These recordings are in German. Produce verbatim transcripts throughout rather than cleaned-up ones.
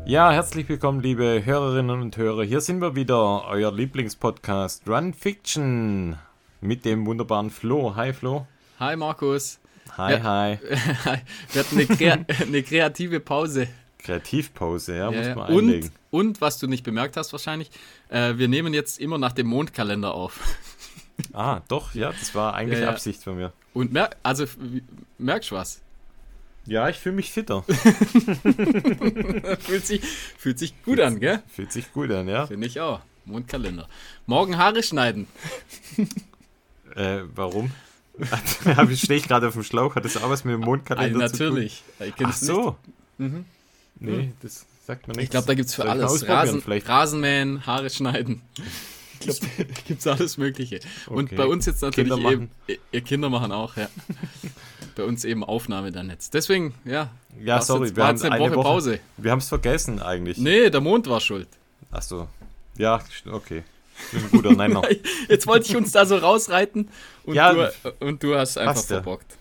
Ja, herzlich willkommen, liebe Hörerinnen und Hörer. Hier sind wir wieder, euer Lieblingspodcast Run Fiction mit dem wunderbaren Flo. Hi Flo. Hi Markus. Hi, ja, hi. Wir hatten eine, krea- eine kreative Pause. Kreativpause, ja, ja muss ja. man einlegen. Und, und, was du nicht bemerkt hast wahrscheinlich, äh, wir nehmen jetzt immer nach dem Mondkalender auf. Ah, doch, ja, das war eigentlich ja, ja. Absicht von mir. Und mer- also merkst du was? Ja, ich fühle mich fitter. fühlt, sich, fühlt sich gut fühlt, an, gell? Fühlt sich gut an, ja. Finde ich auch. Mondkalender. Morgen Haare schneiden. äh, warum? Stehe ich gerade auf dem Schlauch? Hat das auch was mit dem Mondkalender also, zu tun? Natürlich. Ach so. Mhm. Nee, das sagt man nicht. Ich glaube, da gibt es für alles. Rasen, Rasenmähen, Haare schneiden. Ich glaube, da gibt es alles Mögliche. Okay. Und bei uns jetzt natürlich Kinder eben, ihr Kinder machen auch, ja. Bei uns eben Aufnahme dann jetzt. Deswegen, ja. Ja, sorry, jetzt, wir haben eine, eine Woche, Woche Pause. Wir haben es vergessen eigentlich. Nee, der Mond war schuld. Ach so. Ja, okay. Ein guter Nenner. Jetzt wollte ich uns da so rausreiten und, ja, du, und du hast einfach verbockt.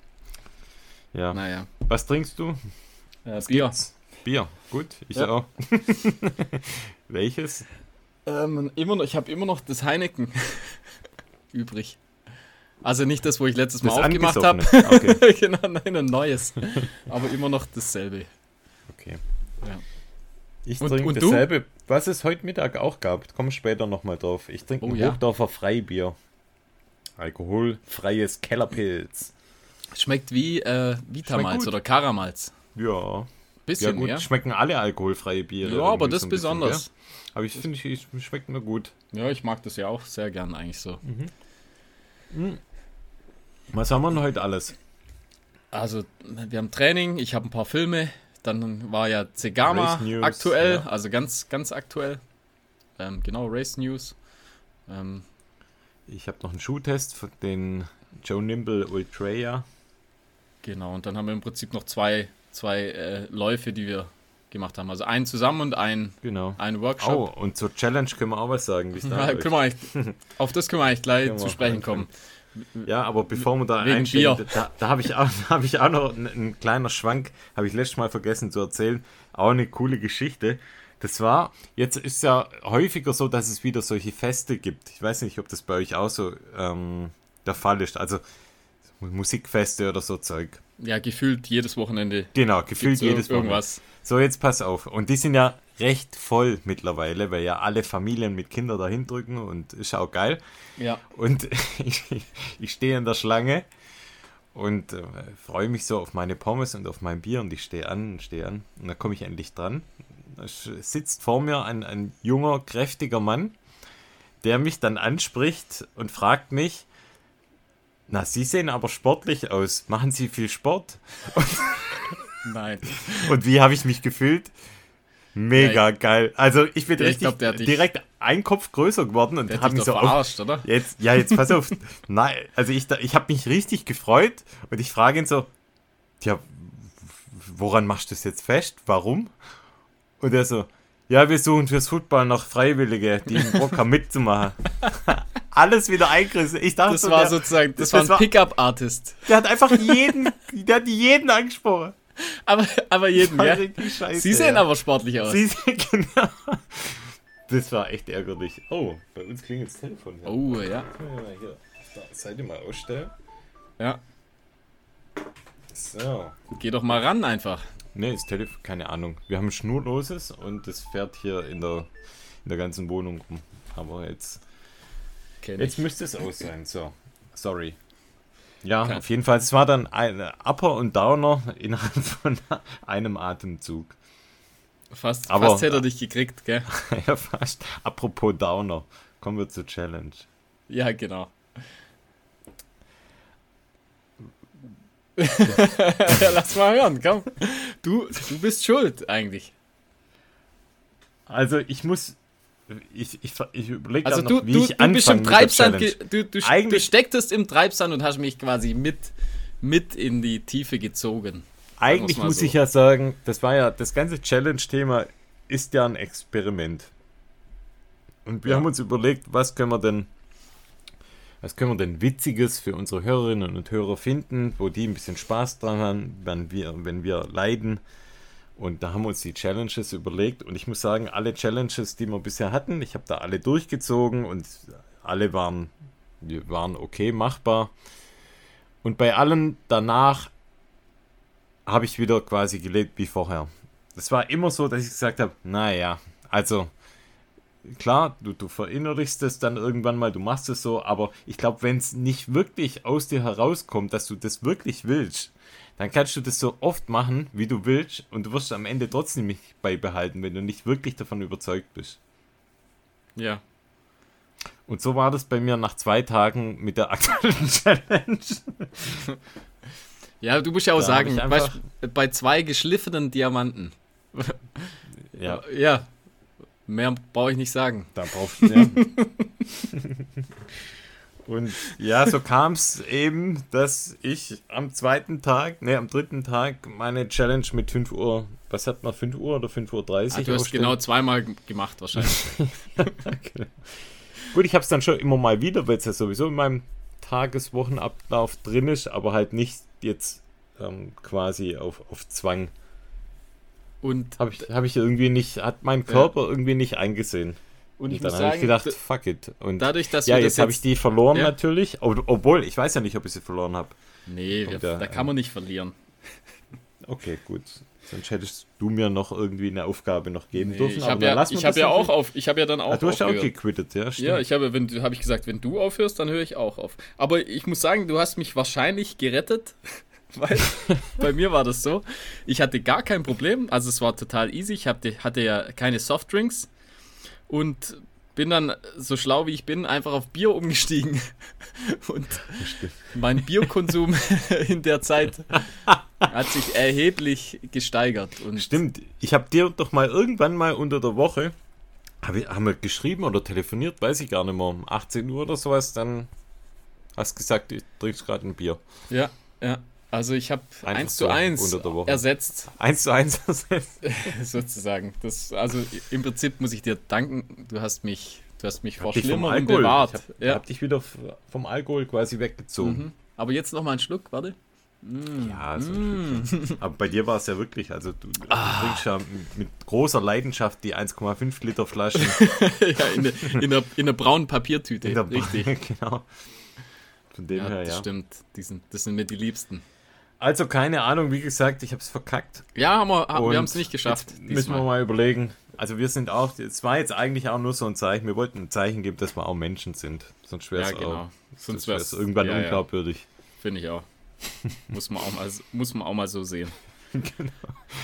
Ja. Naja. Was trinkst du? Äh, Bier. Gibt's? Bier, gut, ich ja. auch. Welches? Ähm, immer noch, ich habe immer noch das Heineken übrig. Also nicht das, wo ich letztes Mal das aufgemacht habe. Okay. Genau, nein, ein neues. Aber immer noch dasselbe. Okay. Ja. Ich trinke dasselbe, du? Was es heute Mittag auch gab. Komme später nochmal drauf. Ich trinke oh, ein ja? Hochdorfer Freibier. Alkoholfreies Kellerpilz. Schmeckt wie äh, Vitamalz oder Karamalz. Ja. Bisschen, ja, gut. Ja? Schmecken alle alkoholfreie Biere. Ja, aber das so besonders. Bisschen, ja? Aber ich finde, es schmeckt mir gut. Ja, ich mag das ja auch sehr gern eigentlich so. Mhm. Mhm. Was haben wir denn heute alles? Also, wir haben Training, ich habe ein paar Filme, dann war ja Zegama News, aktuell, ja. also ganz, ganz aktuell. Ähm, genau, Race News. Ähm, ich habe noch einen Schuhtest für den Joe Nimble Ultra. Genau, und dann haben wir im Prinzip noch zwei, zwei äh, Läufe, die wir gemacht haben. Also einen zusammen und ein, genau. ein Workshop. Oh, und zur Challenge können wir auch was sagen. Ja, können wir auf das können wir eigentlich gleich zu sprechen kommen. Ja, aber bevor wir da Wegen einsteigen, Bier. da, da habe ich, hab ich auch noch einen, einen kleiner Schwank, habe ich letztes Mal vergessen zu erzählen, auch eine coole Geschichte. Das war, jetzt ist ja häufiger so, dass es wieder solche Feste gibt. Ich weiß nicht, ob das bei euch auch so ähm, der Fall ist. Also Musikfeste oder so Zeug. Ja, gefühlt jedes Wochenende. Genau, gefühlt jedes Wochenende. Irgendwas. So, jetzt pass auf. Und die sind ja recht voll mittlerweile, weil ja alle Familien mit Kindern dahin drücken und ist auch geil. Ja. Und ich, ich stehe in der Schlange und äh, freue mich so auf meine Pommes und auf mein Bier und ich stehe an und stehe an und dann komme ich endlich dran. Da sitzt vor mir ein, ein junger, kräftiger Mann, der mich dann anspricht und fragt mich, na, Sie sehen aber sportlich aus. Machen Sie viel Sport? Und Nein. Und wie habe ich mich gefühlt? Mega ja, geil. Also ich bin ja, richtig ich glaub, direkt ein Kopf größer geworden und habe mich so verarscht, oder? Jetzt, ja, jetzt pass auf. Nein, also ich, ich habe mich richtig gefreut und ich frage ihn so, tja, woran machst du das jetzt fest? Warum? Und er so, ja, wir suchen fürs Football noch Freiwillige, die einen Bock haben mitzumachen. Alles wieder eingerissen. Ich dachte, das so, war der, sozusagen, das, das war ein Pickup-Artist. Der hat einfach jeden, der hat jeden angesprochen. Aber, aber jeden, ja. Scheiße, Sie sehen ja. aber sportlich aus. Sie sehen, genau. Das war echt ärgerlich. Oh, bei uns klingelt das Telefon. Ja. Oh, ja. Können wir mal hier auf der Seite mal ausstellen. Ja. So. Geh doch mal ran einfach. Nee, das Telefon, keine Ahnung. Wir haben ein schnurloses und das fährt hier in der, in der ganzen Wohnung rum. Aber jetzt, jetzt müsste es aus sein. So, sorry. Ja, okay. Auf jeden Fall. Es war dann ein Upper und Downer innerhalb von einem Atemzug. Fast, Aber, fast hätte er dich gekriegt, gell? Ja, fast. Apropos Downer. Kommen wir zur Challenge. Ja, genau. Lass mal hören, komm. Du, du bist schuld, eigentlich. Also, ich muss... Ich, ich, ich überlege also noch, du, wie du, ich du bist im Treibsand, ge- du, du, du stecktest im Treibsand und hast mich quasi mit, mit in die Tiefe gezogen. Eigentlich muss so. ich ja sagen, das war ja, das ganze Challenge-Thema ist ja ein Experiment. Und wir ja. haben uns überlegt, was können wir denn, was können wir denn Witziges für unsere Hörerinnen und Hörer finden, wo die ein bisschen Spaß dran haben, wenn wir, wenn wir leiden. Und da haben wir uns die Challenges überlegt. Und ich muss sagen, alle Challenges, die wir bisher hatten, ich habe da alle durchgezogen und alle waren, waren okay machbar. Und bei allen danach habe ich wieder quasi gelebt wie vorher. Es war immer so, dass ich gesagt habe, naja, also klar, du, du verinnerlichst es dann irgendwann mal, du machst es so, aber ich glaube, wenn es nicht wirklich aus dir herauskommt, dass du das wirklich willst, dann kannst du das so oft machen, wie du willst, und du wirst am Ende trotzdem nicht beibehalten, wenn du nicht wirklich davon überzeugt bist. Ja. Und so war das bei mir nach zwei Tagen mit der aktuellen Challenge. Ja, du musst ja auch da sagen, weißt, bei zwei geschliffenen Diamanten. Ja. Ja. Mehr brauche ich nicht sagen. Da brauchst du ja. Und ja, so kam es eben, dass ich am zweiten Tag, ne, am dritten Tag meine Challenge mit fünf Uhr, was hat man, fünf Uhr oder fünf Uhr dreißig? Ah, du hast aufstehen. Genau zweimal gemacht wahrscheinlich. Genau. Gut, ich habe es dann schon immer mal wieder, weil es ja sowieso in meinem Tageswochenablauf drin ist, aber halt nicht jetzt ähm, quasi auf, auf Zwang. Und habe ich, hab ich irgendwie nicht, hat mein Körper ja. irgendwie nicht eingesehen. Und, ich und dann muss sagen, ich gedacht, fuck it. Und dadurch, dass ja, wir jetzt das habe ich die verloren ja. natürlich, ob, obwohl, ich weiß ja nicht, ob ich sie verloren habe. Nee, wir, da, da kann man nicht verlieren. Okay, gut. Sonst hättest du mir noch irgendwie eine Aufgabe noch geben nee, dürfen. Ich habe ja, ich hab ja auch auf, ich habe ja dann auch ah, du hast aufgehört. auch gequittet, ja, stimmt. Ja, ich habe, wenn habe ich gesagt, wenn du aufhörst, dann höre ich auch auf. Aber ich muss sagen, du hast mich wahrscheinlich gerettet, weil bei mir war das so. Ich hatte gar kein Problem, also es war total easy. Ich hatte, hatte ja keine Softdrinks und bin dann, so schlau wie ich bin, einfach auf Bier umgestiegen. Und mein Bierkonsum in der Zeit hat sich erheblich gesteigert. Und stimmt, ich habe dir doch mal irgendwann mal unter der Woche, hab ich, haben wir geschrieben oder telefoniert, weiß ich gar nicht mehr, um achtzehn Uhr oder sowas, dann hast du gesagt, ich trinkst gerade ein Bier. Ja, ja. Also ich habe eins zu eins ersetzt. eins zu eins ersetzt. Sozusagen. Das, also im Prinzip muss ich dir danken, du hast mich, du hast mich vor dich Schlimmerem bewahrt. Ich habe ja. hab dich wieder vom Alkohol quasi weggezogen. Mhm. Aber jetzt noch mal einen Schluck, warte. Mm. Ja, so ein mm. Aber bei dir war es ja wirklich, also du, du ah. trinkst ja mit großer Leidenschaft die eins Komma fünf Liter Flaschen. Ja, in der, in, der, in der braunen Papiertüte. In der Richtig. Genau. Von dem ja, her, das ja. stimmt. Die sind, das sind mir die Liebsten. Also keine Ahnung, wie gesagt, ich habe es verkackt. Ja, haben wir, wir haben es nicht geschafft. Müssen wir mal überlegen. Also wir sind auch, es war jetzt eigentlich auch nur so ein Zeichen, wir wollten ein Zeichen geben, dass wir auch Menschen sind. Sonst wäre es ja, genau. auch, sonst wäre es irgendwann ja, unglaubwürdig. Ja. Finde ich auch. muss, man auch mal, muss man auch mal so sehen. Genau.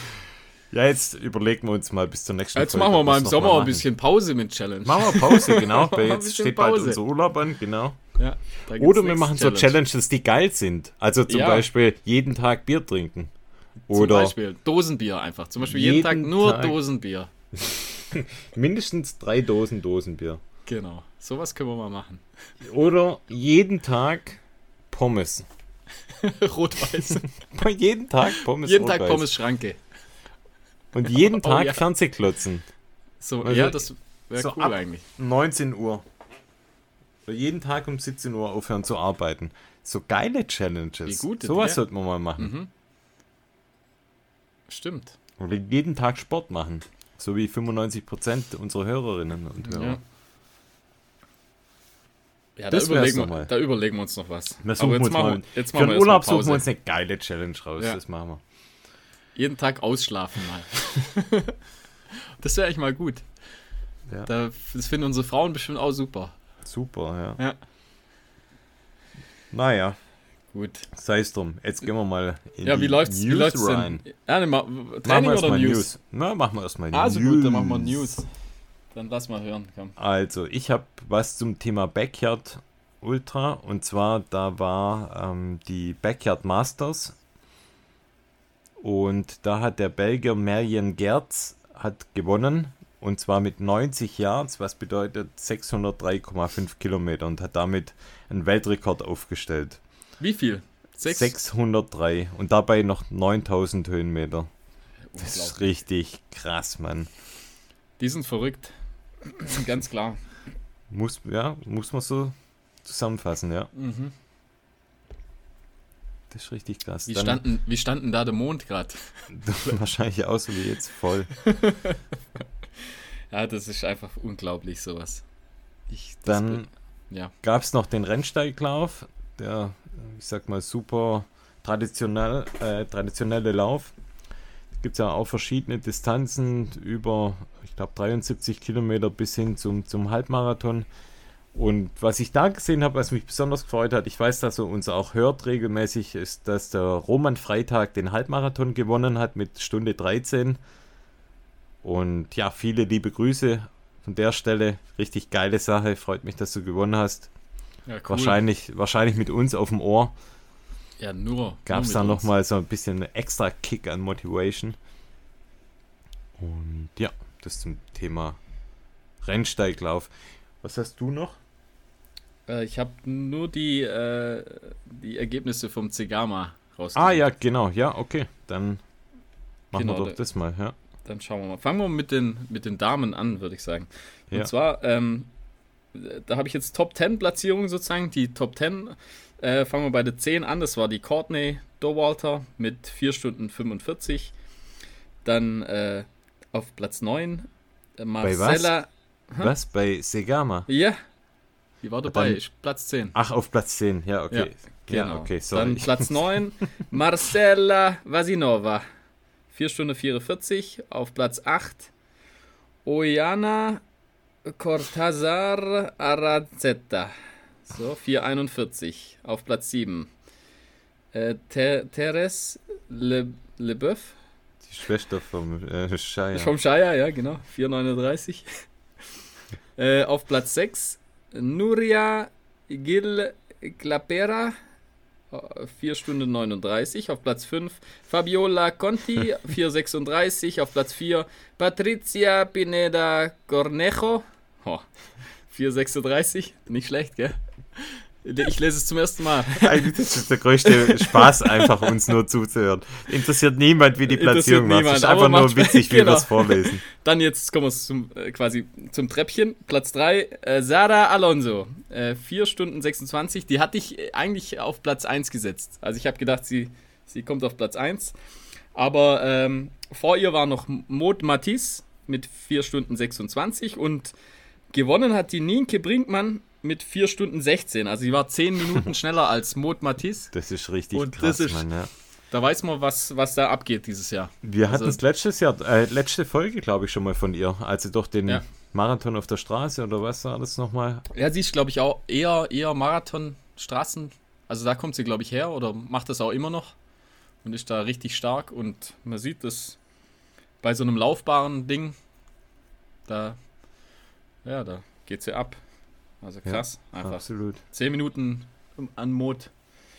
Ja, jetzt überlegen wir uns mal bis zur nächsten Jetzt Folge. Jetzt machen wir mal im Sommer mal ein bisschen Pause mit Challenge. Machen wir Pause, genau. Weil jetzt steht Pause. Bald unser Urlaub an, genau. Ja, oder wir machen Challenge. so Challenges, die geil sind. Also zum ja. Beispiel jeden Tag Bier trinken. Oder zum Beispiel Dosenbier einfach. Zum Beispiel jeden, jeden Tag nur Tag Dosenbier. Mindestens drei Dosen Dosenbier. Genau, sowas können wir mal machen. Oder jeden Tag Pommes. Rot-Weiß. jeden Tag Pommes Jeden Tag Pommes Schranke. Und jeden Tag oh, ja. Fernsehklotzen. So, also, ja, das wäre so cool ab eigentlich. neunzehn Uhr. So jeden Tag um siebzehn Uhr aufhören zu arbeiten. So geile Challenges. Wie gut, sowas ja. sollten wir mal machen. Mhm. Stimmt. Oder jeden Tag Sport machen. So wie fünfundneunzig Prozent unserer Hörerinnen und Hörer. Ja. Ja, da überlegen, wir, da überlegen wir uns noch was. Wir suchen Aber jetzt uns machen, mal, jetzt für machen den wir Urlaub suchen wir uns eine geile Challenge raus. Ja. Das machen wir. Jeden Tag ausschlafen mal. Das wäre eigentlich mal gut. Ja. Da, das finden unsere Frauen bestimmt auch super. Super, ja. ja. Naja. Gut. Sei es drum. Jetzt gehen wir mal in ja, die wie läuft's, News wie läuft's rein. Denn? Ja, ne, ma, Training oder News? News? Na, machen wir erstmal News. Also gut, dann machen wir News. Dann lass mal hören. Komm. Also, ich habe was zum Thema Backyard Ultra. Und zwar, da war ähm, die Backyard Masters. Und da hat der Belgier Marian Gertz hat gewonnen. Und zwar mit neunzig Yards, was bedeutet sechshundertdrei Komma fünf Kilometer. Und hat damit einen Weltrekord aufgestellt. Wie viel? Sechs? sechshundertdrei. Und dabei noch neuntausend Höhenmeter. Das ist richtig krass, Mann. Die sind verrückt. Ganz klar. Muss, ja, muss man so zusammenfassen, ja. Mhm. Das ist richtig krass. Wie, Dann, standen, wie standen da der Mond gerade? wahrscheinlich auch so wie jetzt voll. Ja, das ist einfach unglaublich, sowas. Ich, das Dann bin- ja. gab es noch den Rennsteiglauf, der, ich sag mal, super traditionell, äh, traditionelle Lauf. Es gibt ja auch verschiedene Distanzen, über, ich glaube, dreiundsiebzig Kilometer bis hin zum, zum Halbmarathon. Und was ich da gesehen habe, was mich besonders gefreut hat, ich weiß, dass er uns auch hört regelmäßig, ist, dass der Roman Freitag den Halbmarathon gewonnen hat mit Stunde dreizehn. Und ja, viele liebe Grüße von der Stelle. Richtig geile Sache. Freut mich, dass du gewonnen hast. Ja, cool. Wahrscheinlich, wahrscheinlich mit uns auf dem Ohr. Ja, nur. Gab es nur da mit uns. nochmal so ein bisschen einen extra Kick an Motivation. Und ja, das zum Thema Rennsteiglauf. Was hast du noch? Äh, ich habe nur die, äh, die Ergebnisse vom Zegama rausgesucht. Ah ja, genau. Ja, okay. Dann machen Genau, wir da- doch das mal. Ja. Dann schauen wir mal. Fangen wir mit den, mit den Damen an, würde ich sagen. Und Ja. zwar, ähm, da habe ich jetzt Top zehn Platzierungen sozusagen. Die Top zehn, äh, fangen wir bei der zehn an. Das war die Courtney Dauwalter mit vier Stunden fünfundvierzig. Dann äh, auf Platz neun äh, Marcella. Hä? Was? Bei Segama? Ja, die war dabei. Dann- ist Platz zehn. Ach, auf Platz zehn. Ja, okay. Ja, Genau. okay, sorry. Dann Platz neun, Marcella Vasinova. vier Stunden vierundvierzig. Auf Platz acht, Oyana Cortazar Arazeta. So, vier einundvierzig. Auf Platz sieben, äh, Ter Teres Le Leboeuf. Die Schwester vom äh, Shire. Vom Shire, ja, genau. vier neununddreißig. äh, auf Platz sechs, Nuria Gil Clapera. vier Stunden neununddreißig. Auf Platz fünf, Fabiola Conti, vier sechsunddreißig. Auf Platz vier, Patricia Pineda Cornejo, oh, vier sechsunddreißig. Nicht schlecht, gell? Ich lese es zum ersten Mal. Eigentlich das ist der größte Spaß, einfach uns nur zuzuhören. Interessiert niemand, wie die Interessiert Platzierung macht. Es niemand, ist einfach aber nur macht- witzig, wie genau. wir es vorlesen. Dann jetzt kommen wir zum, äh, quasi zum Treppchen. Platz drei, äh, Sara Alonso. Äh, vier Stunden sechsundzwanzig. Die hatte ich äh, eigentlich auf Platz eins gesetzt. Also ich habe gedacht, sie, sie kommt auf Platz eins. Aber ähm, vor ihr war noch Maud Matisse mit vier Stunden sechsundzwanzig. Und gewonnen hat die Nienke Brinkmann mit vier Stunden sechzehn. Also sie war zehn Minuten schneller als Maud Matisse. Das ist richtig Und krass, das ist- Mann. Ja. Da weiß man, was, was da abgeht dieses Jahr. Wir hatten Also- es letztes Jahr, äh, letzte Folge, glaube ich, schon mal von ihr, als sie doch den Ja. Marathon auf der Straße oder was war das nochmal? Ja, sie ist, glaube ich, auch eher, eher Marathon-Straßen. Also da kommt sie, glaube ich, her oder macht das auch immer noch und ist da richtig stark. Und man sieht das bei so einem laufbaren Ding, da, ja, da geht sie ab. Also krass, einfach. Absolut. Zehn Minuten an Mod.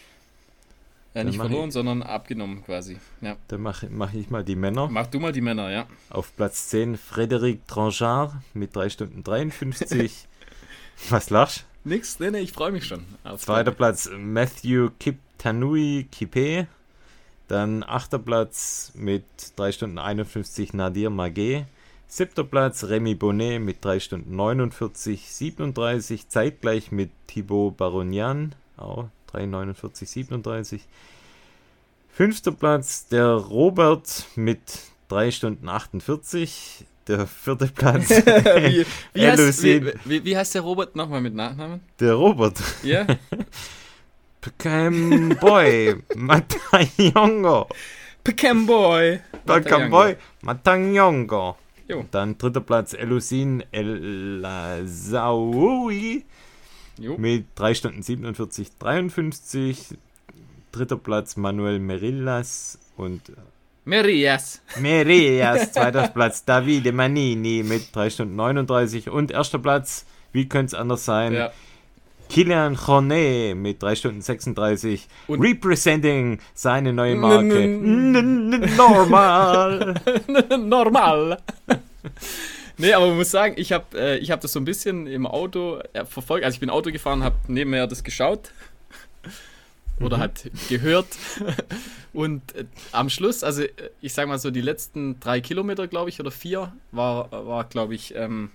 Ja, Dann nicht mach verloren, ich- sondern abgenommen quasi. Ja. Dann mache mach ich mal die Männer. Mach du mal die Männer, ja. Auf Platz zehn Frédéric Tranchard mit drei Stunden dreiundfünfzig. Was lachst? Nix, nee, nee, ich freue mich schon. Auf Zweiter Platz Matthew Kiptanui Kipe. Dann achter Platz mit drei Stunden einundfünfzig Nadir Magé. Siebter Platz Remy Bonnet mit drei Stunden neunundvierzig siebenunddreißig. Zeitgleich mit Thibaut Baronian. Auch drei neunundvierzig siebenunddreißig. Fünfter Platz der Robert mit drei Stunden achtundvierzig. Der vierte Platz wie, wie, heißt, Elusin. wie, wie, wie heißt der Robert nochmal mit Nachnamen? der Robert. Ja? Pekem Boy Matanyongo. Pekem Boy. Pekem Boy Matanyongo. Jo. Dann dritter Platz Elusin El Lazaoui Jo. mit drei Stunden siebenundvierzig dreiundfünfzig. Dritter Platz Manuel Merillas und Merias. Merias. Zweiter Platz Davide Manini mit drei Stunden neununddreißig. Und erster Platz, wie könnte es anders sein? Ja. Kilian Jornet mit drei Stunden sechsunddreißig. Und- Representing seine neue Marke. N- N- n- Normal. Normal. Nee, aber man muss sagen, ich habe äh, ich hab das so ein bisschen im Auto äh, verfolgt. Also ich bin Auto gefahren, habe nebenher das geschaut. Oder Mhm. halt gehört. Und äh, am Schluss, also äh, ich sag mal so, die letzten drei Kilometer, glaube ich, oder vier, war, war glaube ich, ähm,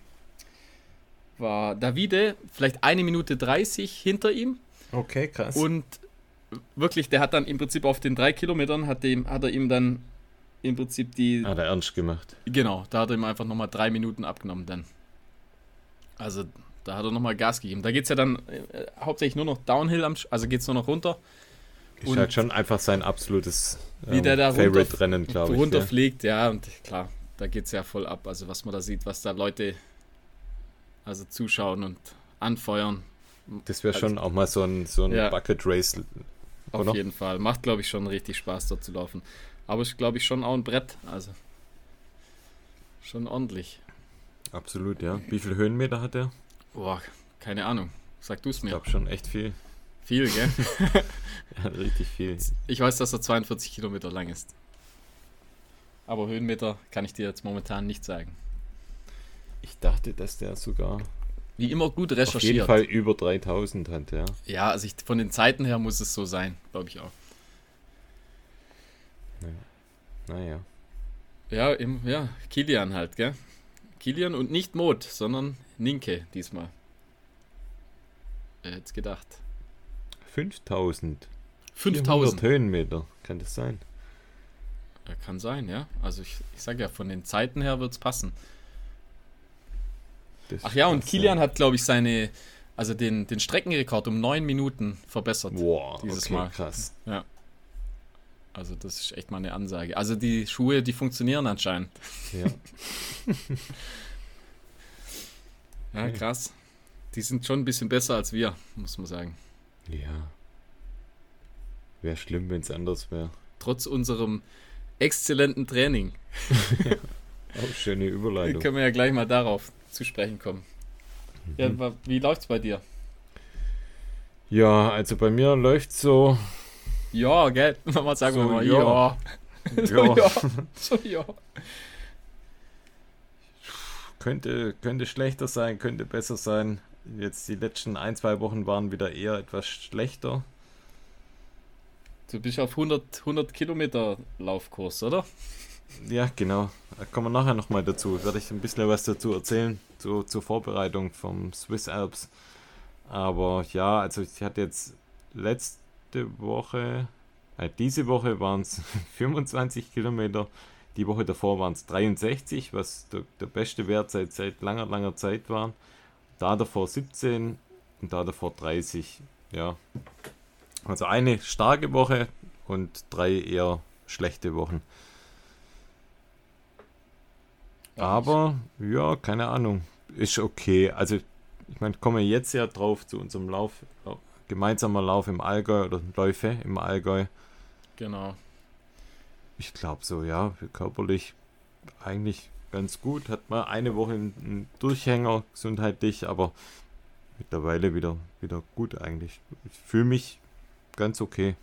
war Davide vielleicht eine Minute dreißig hinter ihm. Okay, krass. Und wirklich, der hat dann im Prinzip auf den drei Kilometern, hat, dem, hat er ihm dann im Prinzip die... Hat er ernst gemacht. Genau, da hat er ihm einfach nochmal drei Minuten abgenommen dann. Also da hat er nochmal Gas gegeben. Da geht es ja dann äh, hauptsächlich nur noch Downhill, am, also geht es nur noch runter. Ist und halt schon einfach sein absolutes ähm, wie der da Favorite-Rennen, glaube ich. Runterfliegt, ja. ja, und klar, da geht es ja voll ab. Also was man da sieht, was da Leute also zuschauen und anfeuern. Das wäre also, schon auch mal so ein, so ein ja, Bucket Race. Auf oder? Jeden Fall. Macht, glaube ich, schon richtig Spaß, dort zu laufen. Aber ist, glaube ich, schon auch ein Brett. Also schon ordentlich. Absolut, ja. Wie viele Höhenmeter hat der? Boah, keine Ahnung. Sag du es mir. Ich glaube schon echt viel. Viel, gell? Ja, richtig viel. Ich weiß, dass er zweiundvierzig Kilometer lang ist. Aber Höhenmeter kann ich dir jetzt momentan nicht sagen. Ich dachte, dass der sogar... Wie immer gut recherchiert. Auf jeden Fall über dreitausend hat, ja. Ja, also ich, von den Zeiten her muss es so sein, glaube ich auch. Ja. Naja. Ja, im, ja, Kilian halt, gell? Kilian und nicht Mod, sondern Ninke diesmal. Wer hätte es gedacht? fünftausend. fünftausend Höhenmeter, kann das sein? Ja, kann sein, ja. Also ich, ich sage ja, von den Zeiten her wird es passen. Das Ach ja, und Kilian sein. hat, glaube ich, seine, also den, den Streckenrekord um neun Minuten verbessert. Wow, dieses okay, Mal. Krass. Ja. Also das ist echt mal eine Ansage. Also die Schuhe, die funktionieren anscheinend. Ja. Ja, krass. Die sind schon ein bisschen besser als wir, muss man sagen. Ja. Wäre schlimm, wenn es anders wäre. Trotz unserem exzellenten Training. Ja. Auch schöne Überleitung. Können wir ja gleich mal darauf zu sprechen kommen. Mhm. Ja, wie läuft's bei dir? Ja, also bei mir läuft so. Ja, gell? Mal sagen so, wir mal, ja. Ja. so, ja. So, ja. Könnte, könnte schlechter sein, könnte besser sein. Jetzt die letzten ein, zwei Wochen waren wieder eher etwas schlechter. Du bist auf hundert, hundert Kilometer Laufkurs, oder? Ja, genau. Da kommen wir nachher nochmal dazu. Werde ich ein bisschen was dazu erzählen, zu, zur Vorbereitung vom Swiss Alps. Aber ja, also ich hatte jetzt letzte Woche, äh, diese Woche waren es fünfundzwanzig Kilometer. Die Woche davor waren es dreiundsechzig, was der, der beste Wert seit, seit langer, langer Zeit war. Da davor siebzehn und da davor dreißig. Ja. Also eine starke Woche und drei eher schlechte Wochen. Aber, ja, keine Ahnung. Ist okay. Also, ich meine, komme jetzt ja drauf zu unserem Lauf, gemeinsamer Lauf im Allgäu oder Läufe im Allgäu. Genau. Ich glaube so, ja, körperlich eigentlich ganz gut. Hat mal eine Woche einen Durchhänger gesundheitlich, aber mittlerweile wieder, wieder gut eigentlich. Ich fühle mich ganz okay.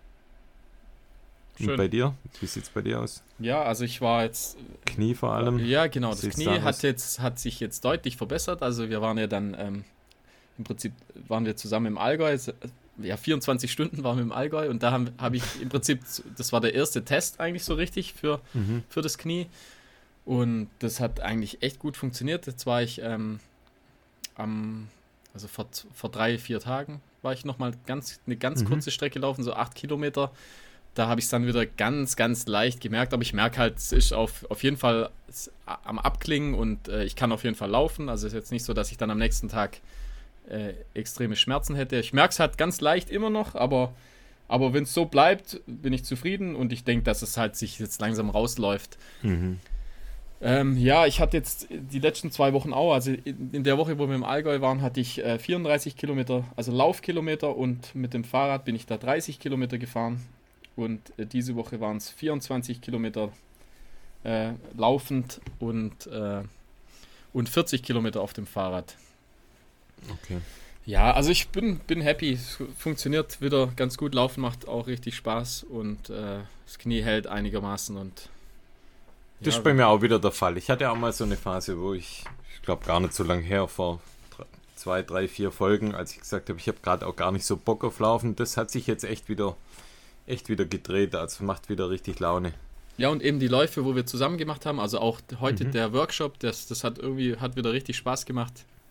Schön. Und bei dir? Wie sieht es bei dir aus? Ja, also ich war jetzt... Knie vor allem? Ja, genau. Das Knie hat, jetzt, hat sich jetzt deutlich verbessert. Also wir waren ja dann, ähm, im Prinzip waren wir zusammen im Allgäu. Ja, vierundzwanzig Stunden waren wir im Allgäu und da habe hab ich im Prinzip, das war der erste Test eigentlich so richtig für, mhm. für das Knie. Und das hat eigentlich echt gut funktioniert. Jetzt war ich ähm, am, also vor, vor drei, vier Tagen war ich nochmal ganz, eine ganz mhm. kurze Strecke laufen, so acht Kilometer. Da habe ich es dann wieder ganz, ganz leicht gemerkt, aber ich merke halt, es ist auf, auf jeden Fall am Abklingen und äh, ich kann auf jeden Fall laufen. Also es ist jetzt nicht so, dass ich dann am nächsten Tag äh, extreme Schmerzen hätte. Ich merke es halt ganz leicht immer noch, aber, aber wenn es so bleibt, bin ich zufrieden und ich denke, dass es halt sich jetzt langsam rausläuft. Mhm. Ähm, ja, ich hatte jetzt die letzten zwei Wochen auch, also in, in der Woche, wo wir im Allgäu waren, hatte ich äh, vierunddreißig Kilometer, also Laufkilometer und mit dem Fahrrad bin ich da dreißig Kilometer gefahren. Und äh, diese Woche waren es vierundzwanzig Kilometer äh, laufend und, äh, und vierzig Kilometer auf dem Fahrrad. Okay. Ja, also ich bin, bin happy. Es funktioniert wieder ganz gut. Laufen macht auch richtig Spaß und äh, das Knie hält einigermaßen. Und ja, das ist bei mir auch wieder der Fall. Ich hatte auch mal so eine Phase, wo ich, ich glaube gar nicht so lange her, vor drei, zwei, drei, vier Folgen, als ich gesagt habe, ich habe gerade auch gar nicht so Bock auf Laufen. Das hat sich jetzt echt wieder echt wieder gedreht, also macht wieder richtig Laune. Ja, und eben die Läufe, wo wir zusammen gemacht haben, also auch heute mhm. der Workshop, das, das hat irgendwie, hat wieder richtig Spaß gemacht.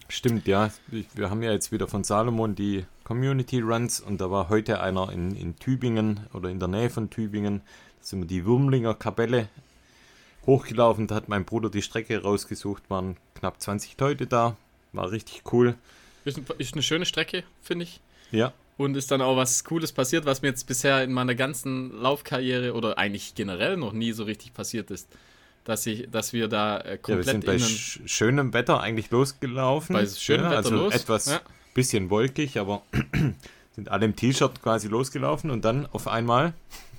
Stimmt, ja. Wir haben ja jetzt wieder von Salomon die Community Runs und da war heute einer in, in Tübingen oder in der Nähe von Tübingen. Da sind wir die Wurmlinger Kapelle hochgelaufen. Da hat mein Bruder die Strecke rausgesucht. Waren knapp zwanzig Leute da. War richtig cool. Ist, ist eine schöne Strecke, finde ich. Ja. Und ist dann auch was Cooles passiert, was mir jetzt bisher in meiner ganzen Laufkarriere oder eigentlich generell noch nie so richtig passiert ist. Dass, ich, dass wir da äh, komplett ja, wir sind bei sch schönem Wetter eigentlich losgelaufen. Bei schönem ja, Wetter also los. etwas Ja. bisschen wolkig, aber sind alle im T-Shirt quasi losgelaufen und dann auf einmal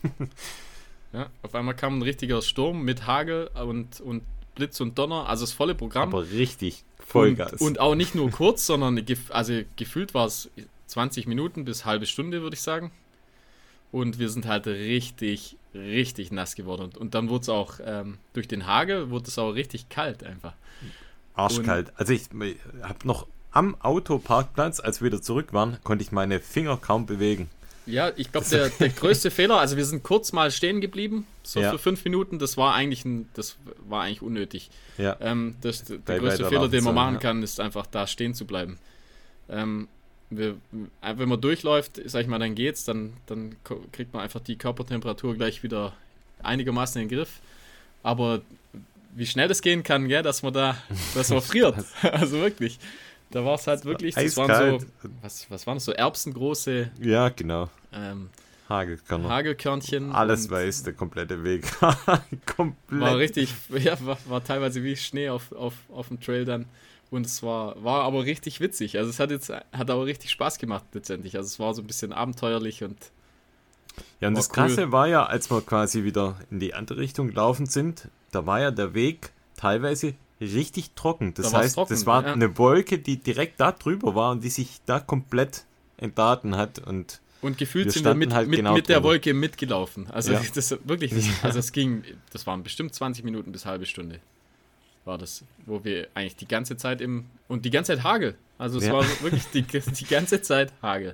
ja, auf einmal kam ein richtiger Sturm mit Hagel und, und Blitz und Donner, also das volle Programm. Aber richtig Vollgas. Und, und auch nicht nur kurz, sondern gef also gefühlt war es zwanzig Minuten bis halbe Stunde, würde ich sagen. Und wir sind halt richtig, richtig nass geworden. Und, und dann wurde es auch, ähm, durch den Hagel wurde es auch richtig kalt einfach. Arschkalt. Und also ich habe noch am Autoparkplatz, als wir wieder zurück waren, konnte ich meine Finger kaum bewegen. Ja, ich glaube, der, der größte Fehler, also wir sind kurz mal stehen geblieben, so ja. für fünf Minuten, das war eigentlich ein, das war eigentlich unnötig. Ja. Ähm, das, der Bei größte Fehler, den man machen ja. kann, ist einfach da stehen zu bleiben. Ähm, wir, wenn man durchläuft, sag ich mal, dann geht's, dann, dann kriegt man einfach die Körpertemperatur gleich wieder einigermaßen in den Griff. Aber wie schnell das gehen kann, gell, dass man da, dass man friert. Also wirklich. Da war es halt wirklich, das waren so, was, was waren das, so erbsengroße ja, genau. ähm, Hagelkörner. Hagelkörnchen. Alles weiß, der komplette Weg. Komplett. War richtig, ja, war, war teilweise wie Schnee auf, auf, auf dem Trail dann. Und es war, war aber richtig witzig. Also es hat jetzt hat aber richtig Spaß gemacht letztendlich. Also es war so ein bisschen abenteuerlich und ja, und das Krasse cool. war ja, als wir quasi wieder in die andere Richtung gelaufen sind, da war ja der Weg teilweise richtig trocken. Das da heißt, trocken, das war ja. eine Wolke, die direkt da drüber war und die sich da komplett entladen hat. Und, und gefühlt wir sind wir mit, halt mit, genau mit der Wolke mitgelaufen. Also ja. das wirklich, das, also es ging, das waren bestimmt zwanzig Minuten bis halbe Stunde. War das, wo wir eigentlich die ganze Zeit im, und die ganze Zeit Hagel. Also es ja. war wirklich die, die ganze Zeit Hagel.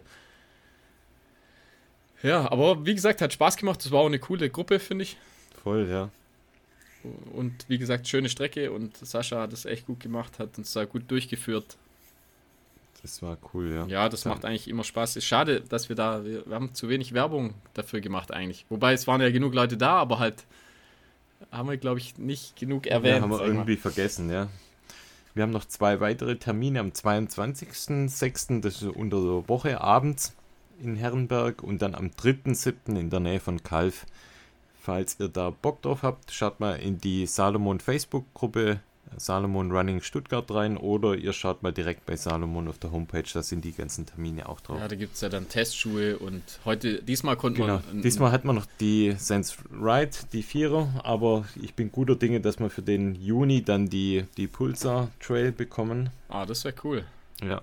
Ja, aber wie gesagt, hat Spaß gemacht. Das war auch eine coole Gruppe, finde ich. Voll, ja. Und wie gesagt, schöne Strecke und Sascha hat es echt gut gemacht, hat uns da gut durchgeführt. Das war cool, ja. Ja, das ja. macht eigentlich immer Spaß. Ist schade, dass wir da, wir, wir haben zu wenig Werbung dafür gemacht eigentlich. Wobei es waren ja genug Leute da, aber halt haben wir, glaube ich, nicht genug erwähnt. Ja, haben wir irgendwie vergessen, ja. Wir haben noch zwei weitere Termine am zweiundzwanzigsten sechsten, das ist unter der Woche abends in Herrenberg und dann am dritten siebten in der Nähe von Calw. Falls ihr da Bock drauf habt, schaut mal in die Salomon Facebook-Gruppe Salomon Running Stuttgart rein oder ihr schaut mal direkt bei Salomon auf der Homepage, da sind die ganzen Termine auch drauf. Ja, da gibt es ja dann Testschuhe und heute, diesmal konnten genau. wir... Diesmal hat man noch die Sense Ride, die Vierer, aber ich bin guter Dinge, dass wir für den Juni dann die, die Pulsar Trail bekommen. Ah, das wäre cool. Ja.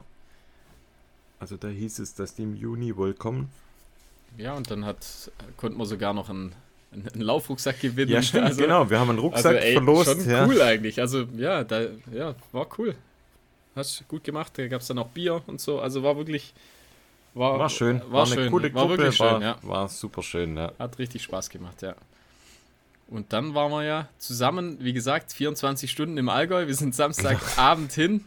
Also da hieß es, dass die im Juni wohl kommen. Ja, und dann hat, konnten wir sogar noch einen einen Laufrucksack gewinnen. Ja, stimmt, also, genau. Wir haben einen Rucksack also, ey, verlost. Schon ja. cool eigentlich. Also, ja, da, ja, war cool. Hast gut gemacht. Da gab es dann auch Bier und so. Also, war wirklich. War, war schön. War, war schön. eine coole war Gruppe. Wirklich war, schön, ja. war super schön, ja. Hat richtig Spaß gemacht, ja. Und dann waren wir ja zusammen, wie gesagt, vierundzwanzig Stunden im Allgäu. Wir sind Samstagabend hin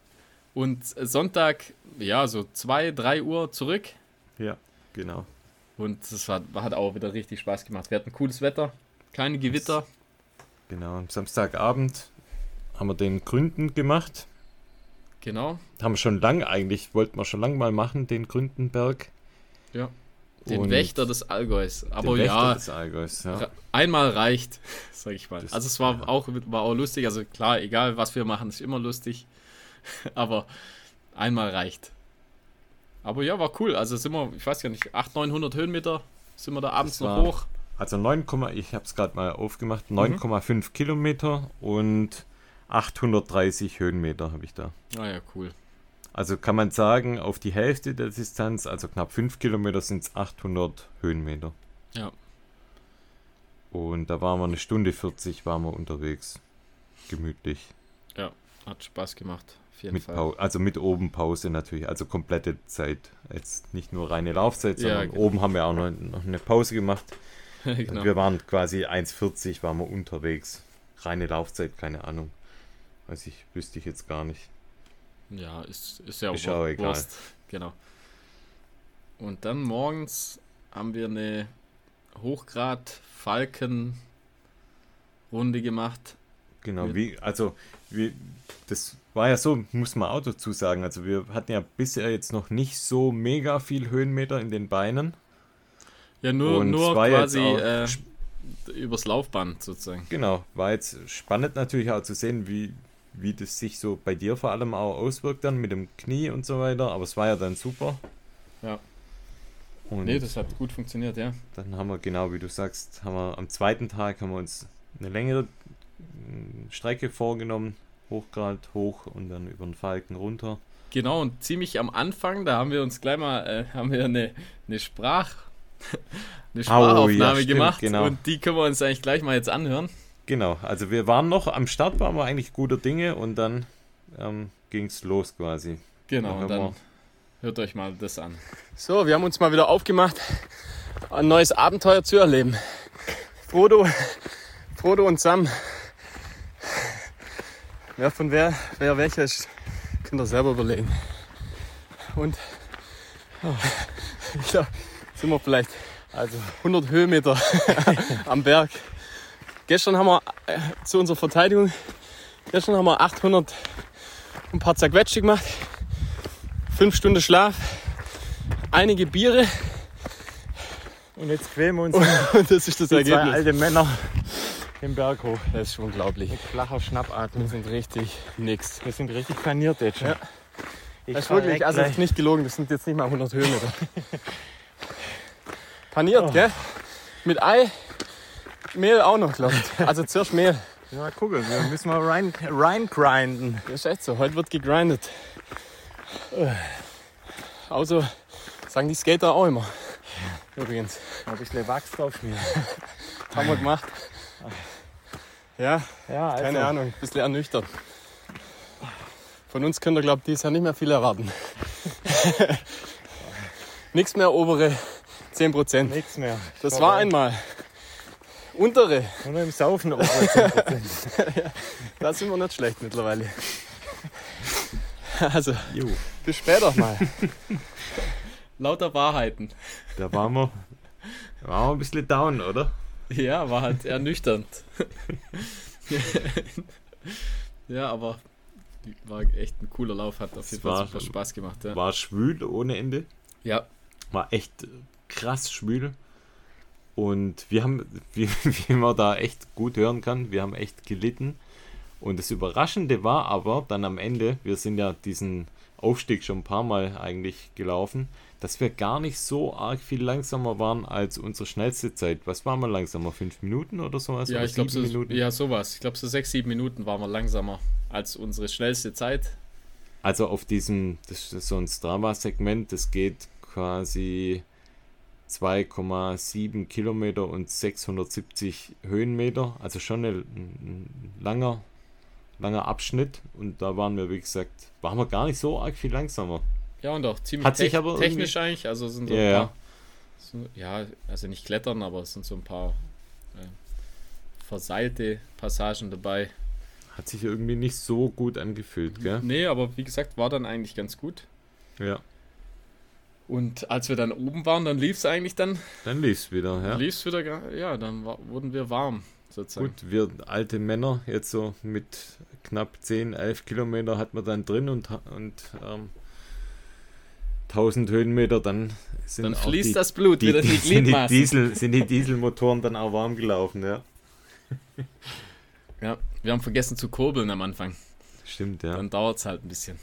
und Sonntag, ja, so zwei, drei Uhr zurück. Ja, genau. Und das hat, hat auch wieder richtig Spaß gemacht. Wir hatten cooles Wetter, keine Gewitter. Genau, am Samstagabend haben wir den Gründen gemacht. Genau. Haben wir schon lang eigentlich, wollten wir schon lange mal machen, den Gründenberg. Ja. Den und Wächter des Allgäus. Aber den ja, Wächter des Allgäus, ja. Einmal reicht, sag ich mal. Das, also es war, ja. auch, war auch lustig. Also klar, egal was wir machen, ist immer lustig. Aber einmal reicht. Aber ja, war cool. Also sind wir, ich weiß gar nicht, achthundert, neunhundert Höhenmeter sind wir da abends noch hoch. Also neun, ich habe es gerade mal aufgemacht, neun Komma fünf mhm. Kilometer und achthundertdreißig Höhenmeter habe ich da. Ah ja, cool. Also kann man sagen, auf die Hälfte der Distanz, also knapp fünf Kilometer, sind es achthundert Höhenmeter. Ja. Und da waren wir eine Stunde vierzig waren wir unterwegs. Gemütlich. Ja, hat Spaß gemacht. Auf jeden mit Fall. Pau- also mit oben Pause natürlich, also komplette Zeit. Jetzt nicht nur reine Laufzeit, sondern ja, genau. oben haben wir auch noch, noch eine Pause gemacht. Genau. Wir waren quasi eins vierzig waren wir unterwegs. Reine Laufzeit, keine Ahnung. Weiß ich, wüsste ich jetzt gar nicht. Ja, ist, ist ja Ist auch egal. Wurst. Genau. Und dann morgens haben wir eine Hochgrad-Falken-Runde gemacht. Genau, wie, also, wie, das war ja so, muss man auch dazu sagen, also wir hatten ja bisher jetzt noch nicht so mega viel Höhenmeter in den Beinen. Ja, nur, Und nur es war quasi jetzt auch äh, sp- übers Laufband sozusagen. Genau, war jetzt spannend natürlich auch zu sehen, wie, wie das sich so bei dir vor allem auch auswirkt dann mit dem Knie und so weiter, aber es war ja dann super. Ja. Und Nee, das hat gut funktioniert, ja. dann haben wir, genau wie du sagst, haben wir am zweiten Tag haben wir uns eine längere mm, Strecke vorgenommen, Hochgrad hoch und dann über den Falken runter. Genau, und ziemlich am Anfang, da haben wir uns gleich mal, äh, haben wir eine, eine Sprach... eine Sprachaufnahme ja, stimmt, gemacht genau. und die können wir uns eigentlich gleich mal jetzt anhören. Genau, also wir waren noch, am Start waren wir eigentlich guter Dinge und dann ähm, ging es los quasi. Genau, Da und hören dann wir- hört euch mal das an. So, wir haben uns mal wieder aufgemacht, ein neues Abenteuer zu erleben. Frodo, Frodo und Sam. Wer von wer, wer welcher ist, könnt ihr selber überlegen. Und oh, ich glaube, sind wir vielleicht also hundert Höhenmeter am Berg. Gestern haben wir äh, zu unserer Verteidigung, gestern haben wir achthundert und ein paar zerquetschte gemacht. Fünf Stunden Schlaf, einige Biere Und jetzt quälen wir uns und das ist das wie zwei Ergebnis. alte Männer den Berg hoch. Das ist unglaublich. Mit flacher Schnappatmung. Wir sind richtig nix. Wir sind richtig planiert jetzt schon. Ja. Ich Das ist wirklich, also das ist nicht gelogen, das sind jetzt nicht mal hundert Höhenmeter. Paniert, Oh. gell? Mit Ei, Mehl auch noch, glaube ich. Also zuerst Mehl. Ja, gucken, wir müssen mal rein, rein grinden. Das ist echt so, heute wird gegrindet. Außer sagen die Skater auch immer. Übrigens, Mal ein bisschen Wachs drauf schmieren. haben wir gemacht. Ja, Ja, also, keine Ahnung, ein bisschen ernüchtert. Von uns könnt ihr, glaube ich, dieses Jahr nicht mehr viel erwarten. Nichts mehr obere zehn Prozent. Nichts mehr. Das war einmal. Untere, Nur noch im Saufen über zehn Prozent. da sind wir nicht schlecht mittlerweile. Also, Jo, bis später mal. Lauter Wahrheiten. da waren wir, da waren wir ein bisschen down, oder? Ja, war halt ernüchternd. Ja, aber war echt ein cooler Lauf, hat auf Es jeden war- Fall super Spaß gemacht. Ja, War schwül ohne Ende. ja. War echt krass schwül. Und wir haben, wie, wie man da echt gut hören kann, wir haben echt gelitten. Und das Überraschende war aber dann am Ende, wir sind ja diesen Aufstieg schon ein paar Mal eigentlich gelaufen, dass wir gar nicht so arg viel langsamer waren als unsere schnellste Zeit. Was waren wir langsamer? Fünf Minuten oder sowas? Ja, oder ich glaube so, sieben Minuten? ja, sowas. Ich glaube so sechs, sieben Minuten waren wir langsamer als unsere schnellste Zeit. Also auf diesem, das ist so ein Strava-Segment, das geht quasi zwei Komma sieben Kilometer und sechshundertsiebzig Höhenmeter, also schon ein, ein langer, langer Abschnitt und da waren wir, wie gesagt, waren wir gar nicht so arg viel langsamer. Ja, und auch ziemlich Hat sich tech- aber technisch eigentlich. Also sind so Ja, ein ja. paar, so, ja, also nicht klettern, aber es sind so ein paar äh, verseilte Passagen dabei. Hat sich irgendwie nicht so gut angefühlt, gell? Nee, aber wie gesagt, war dann eigentlich ganz gut. Ja, Und als wir dann oben waren, dann lief es eigentlich dann, dann lief's wieder, ja. lief es wieder, gra- ja, dann war, wurden wir warm, sozusagen. Gut, wir alte Männer, jetzt so mit knapp zehn, elf Kilometer hat man dann drin und, und ähm, tausend Höhenmeter, dann sind Dann auch fließt die, das Blut die, wieder in die sind, die Gliedmaßen. Diesel, sind die Dieselmotoren dann auch warm gelaufen, ja. Ja, wir haben vergessen zu kurbeln am Anfang. Stimmt, ja. Dann dauert es halt ein bisschen.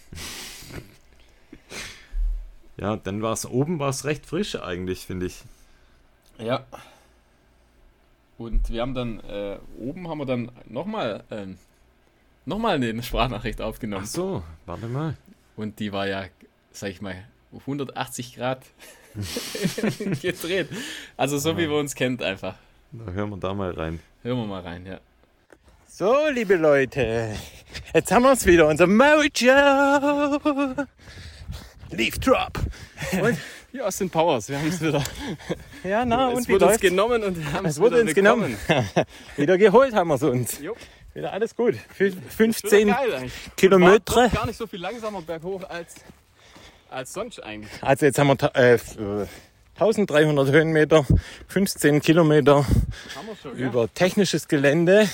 Ja, dann war es oben, war es recht frisch eigentlich, finde ich. Ja. Und wir haben dann, äh, oben haben wir dann nochmal ähm, nochmal eine Sprachnachricht aufgenommen. Ach so, warte mal. Und die war ja, sag ich mal, hundertachtzig Grad gedreht. Also so wie wir uns kennt einfach. Da hören wir da mal rein. Hören wir mal rein, ja. So, liebe Leute, jetzt haben wir es wieder, unser Mojo. Leaf Drop. Und ja, Austin Powers, wir haben es wieder. Ja, na, es und wie wurde uns läuft's? genommen und wir haben Es wurde uns genommen. Wieder geholt haben wir es uns. Jo. Wieder alles gut. Fü- Das wird fünfzehn geil eigentlich. Kilometer. War doch gar nicht so viel langsamer berghoch als, als sonst eigentlich. Also jetzt haben wir ta- äh, eintausenddreihundert Höhenmeter, fünfzehn Kilometer Haben wir schon, ja? über technisches Gelände,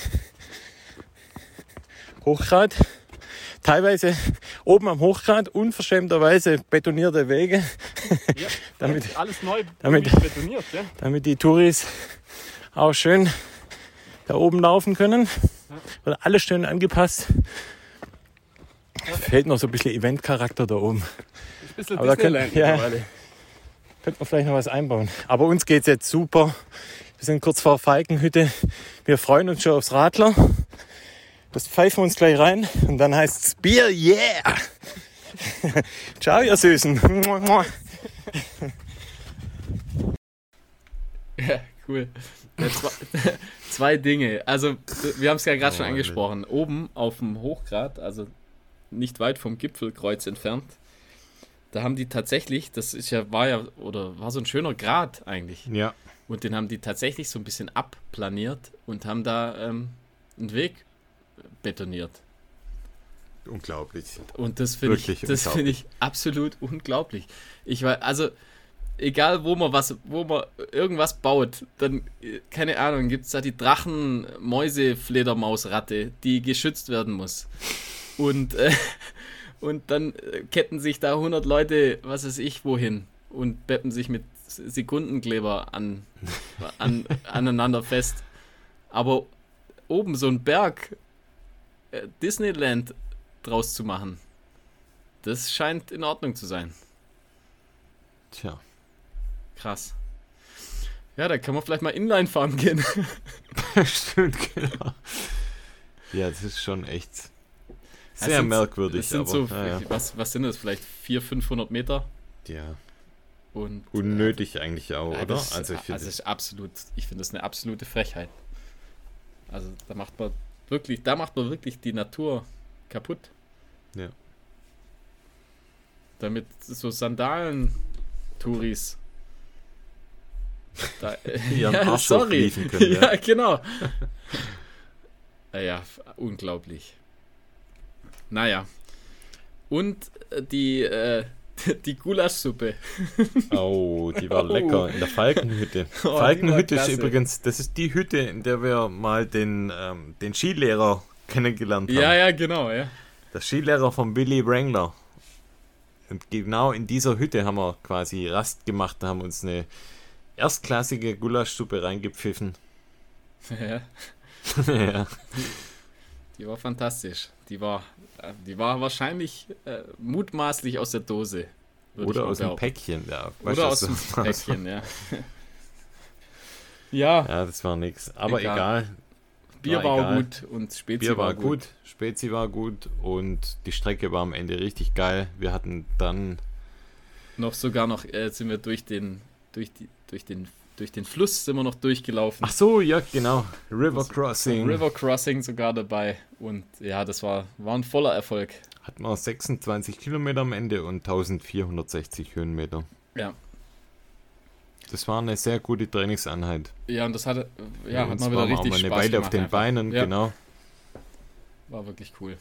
Hochgrat, teilweise oben am Hochgrat unverschämterweise betonierte Wege, Ja, damit, alles neu damit- irgendwie betoniert, ja? damit die Touris auch schön da oben laufen können. Wird alles schön angepasst. Fehlt noch so ein bisschen Eventcharakter da oben. Ein bisschen Aber da können- Disneyland ja. mittlerweile. Könnte man vielleicht noch was einbauen. Aber uns geht's jetzt super. Wir sind kurz vor Falkenhütte. Wir freuen uns schon aufs Radler. Das pfeifen wir uns gleich rein. Und dann heißt's Bier, yeah! Ciao, ihr Süßen. Ja, cool. Ja, zwei, zwei Dinge. Also, wir haben es ja gerade schon Oh, angesprochen. Oben auf dem Hochgrat, also nicht weit vom Gipfelkreuz entfernt, da haben die tatsächlich, das ist ja, war ja, oder war so ein schöner Grat eigentlich. Ja. Und den haben die tatsächlich so ein bisschen abplaniert und haben da ähm, einen Weg betoniert. Unglaublich. Und das finde ich, Wirklich das finde ich absolut unglaublich. Ich war, also, egal wo man was, wo man irgendwas baut, dann, äh, keine Ahnung, gibt es da die Drachen-Mäuse-Fledermaus-Ratte, die geschützt werden muss. Und, äh, und dann äh, ketten sich da hundert Leute, was weiß ich, wohin und beppen sich mit Sekundenkleber an, an, aneinander fest. Aber oben so ein Berg, äh, Disneyland draus zu machen, das scheint in Ordnung zu sein. Tja. Krass. Ja, da kann man vielleicht mal Inline fahren gehen. Stimmt, genau. Ja, das ist schon echt Das sehr sind- merkwürdig. Das sind aber, so, ja, ja. Was, was sind das? Vielleicht vierhundert, fünfhundert Meter? ja, Und unnötig eigentlich auch, äh, oder? das, Also ich also finde das ist absolut, ich finde das eine absolute Frechheit. Also da macht man wirklich, da macht man wirklich die Natur kaputt. Ja. Damit so Sandalen-Touris da, Ihren ja, Arsch sorry. hochliefen können, ja. ja. genau. Naja, f- unglaublich. Naja. Und äh, die, äh, die Gulaschsuppe. Oh, die war Oh. lecker in der Falkenhütte. Oh, die war Falkenhütte ist klasse. übrigens, das ist die Hütte, in der wir mal den, ähm, den Skilehrer kennengelernt haben. Ja, ja, genau, ja. Der Skilehrer von Billy Wrangler. Und genau in dieser Hütte haben wir quasi Rast gemacht, da haben wir uns eine erstklassige Gulaschsuppe reingepfiffen. ja. Ja. Die war fantastisch. Die war, äh, die war wahrscheinlich äh, mutmaßlich aus der Dose. würde ich Oder mal aus dem behaupten. Päckchen. Ja, weißt Oder du, aus was dem das war? Päckchen, ja. ja, Ja, das war nix. Aber Egal. egal. Bier war war, egal. gut und Spezi Bier war gut, Spezi war gut und die Strecke war am Ende richtig geil. Wir hatten dann, Noch sogar noch äh, sind wir durch den, durch die, durch den, durch den Fluss sind wir noch durchgelaufen. ach so, ja genau, River Crossing. River Crossing sogar dabei und ja, das war, war ein voller Erfolg. Hatten wir sechsundzwanzig Kilometer am Ende und eintausendvierhundertsechzig Höhenmeter. Ja. Das war eine sehr gute Trainingseinheit. Ja, und das hatte, Für ja, hat uns mal wieder waren wir auch richtig mal eine Spaß Weile gemacht auf den einfach. Beinen, Ja. genau. War wirklich cool.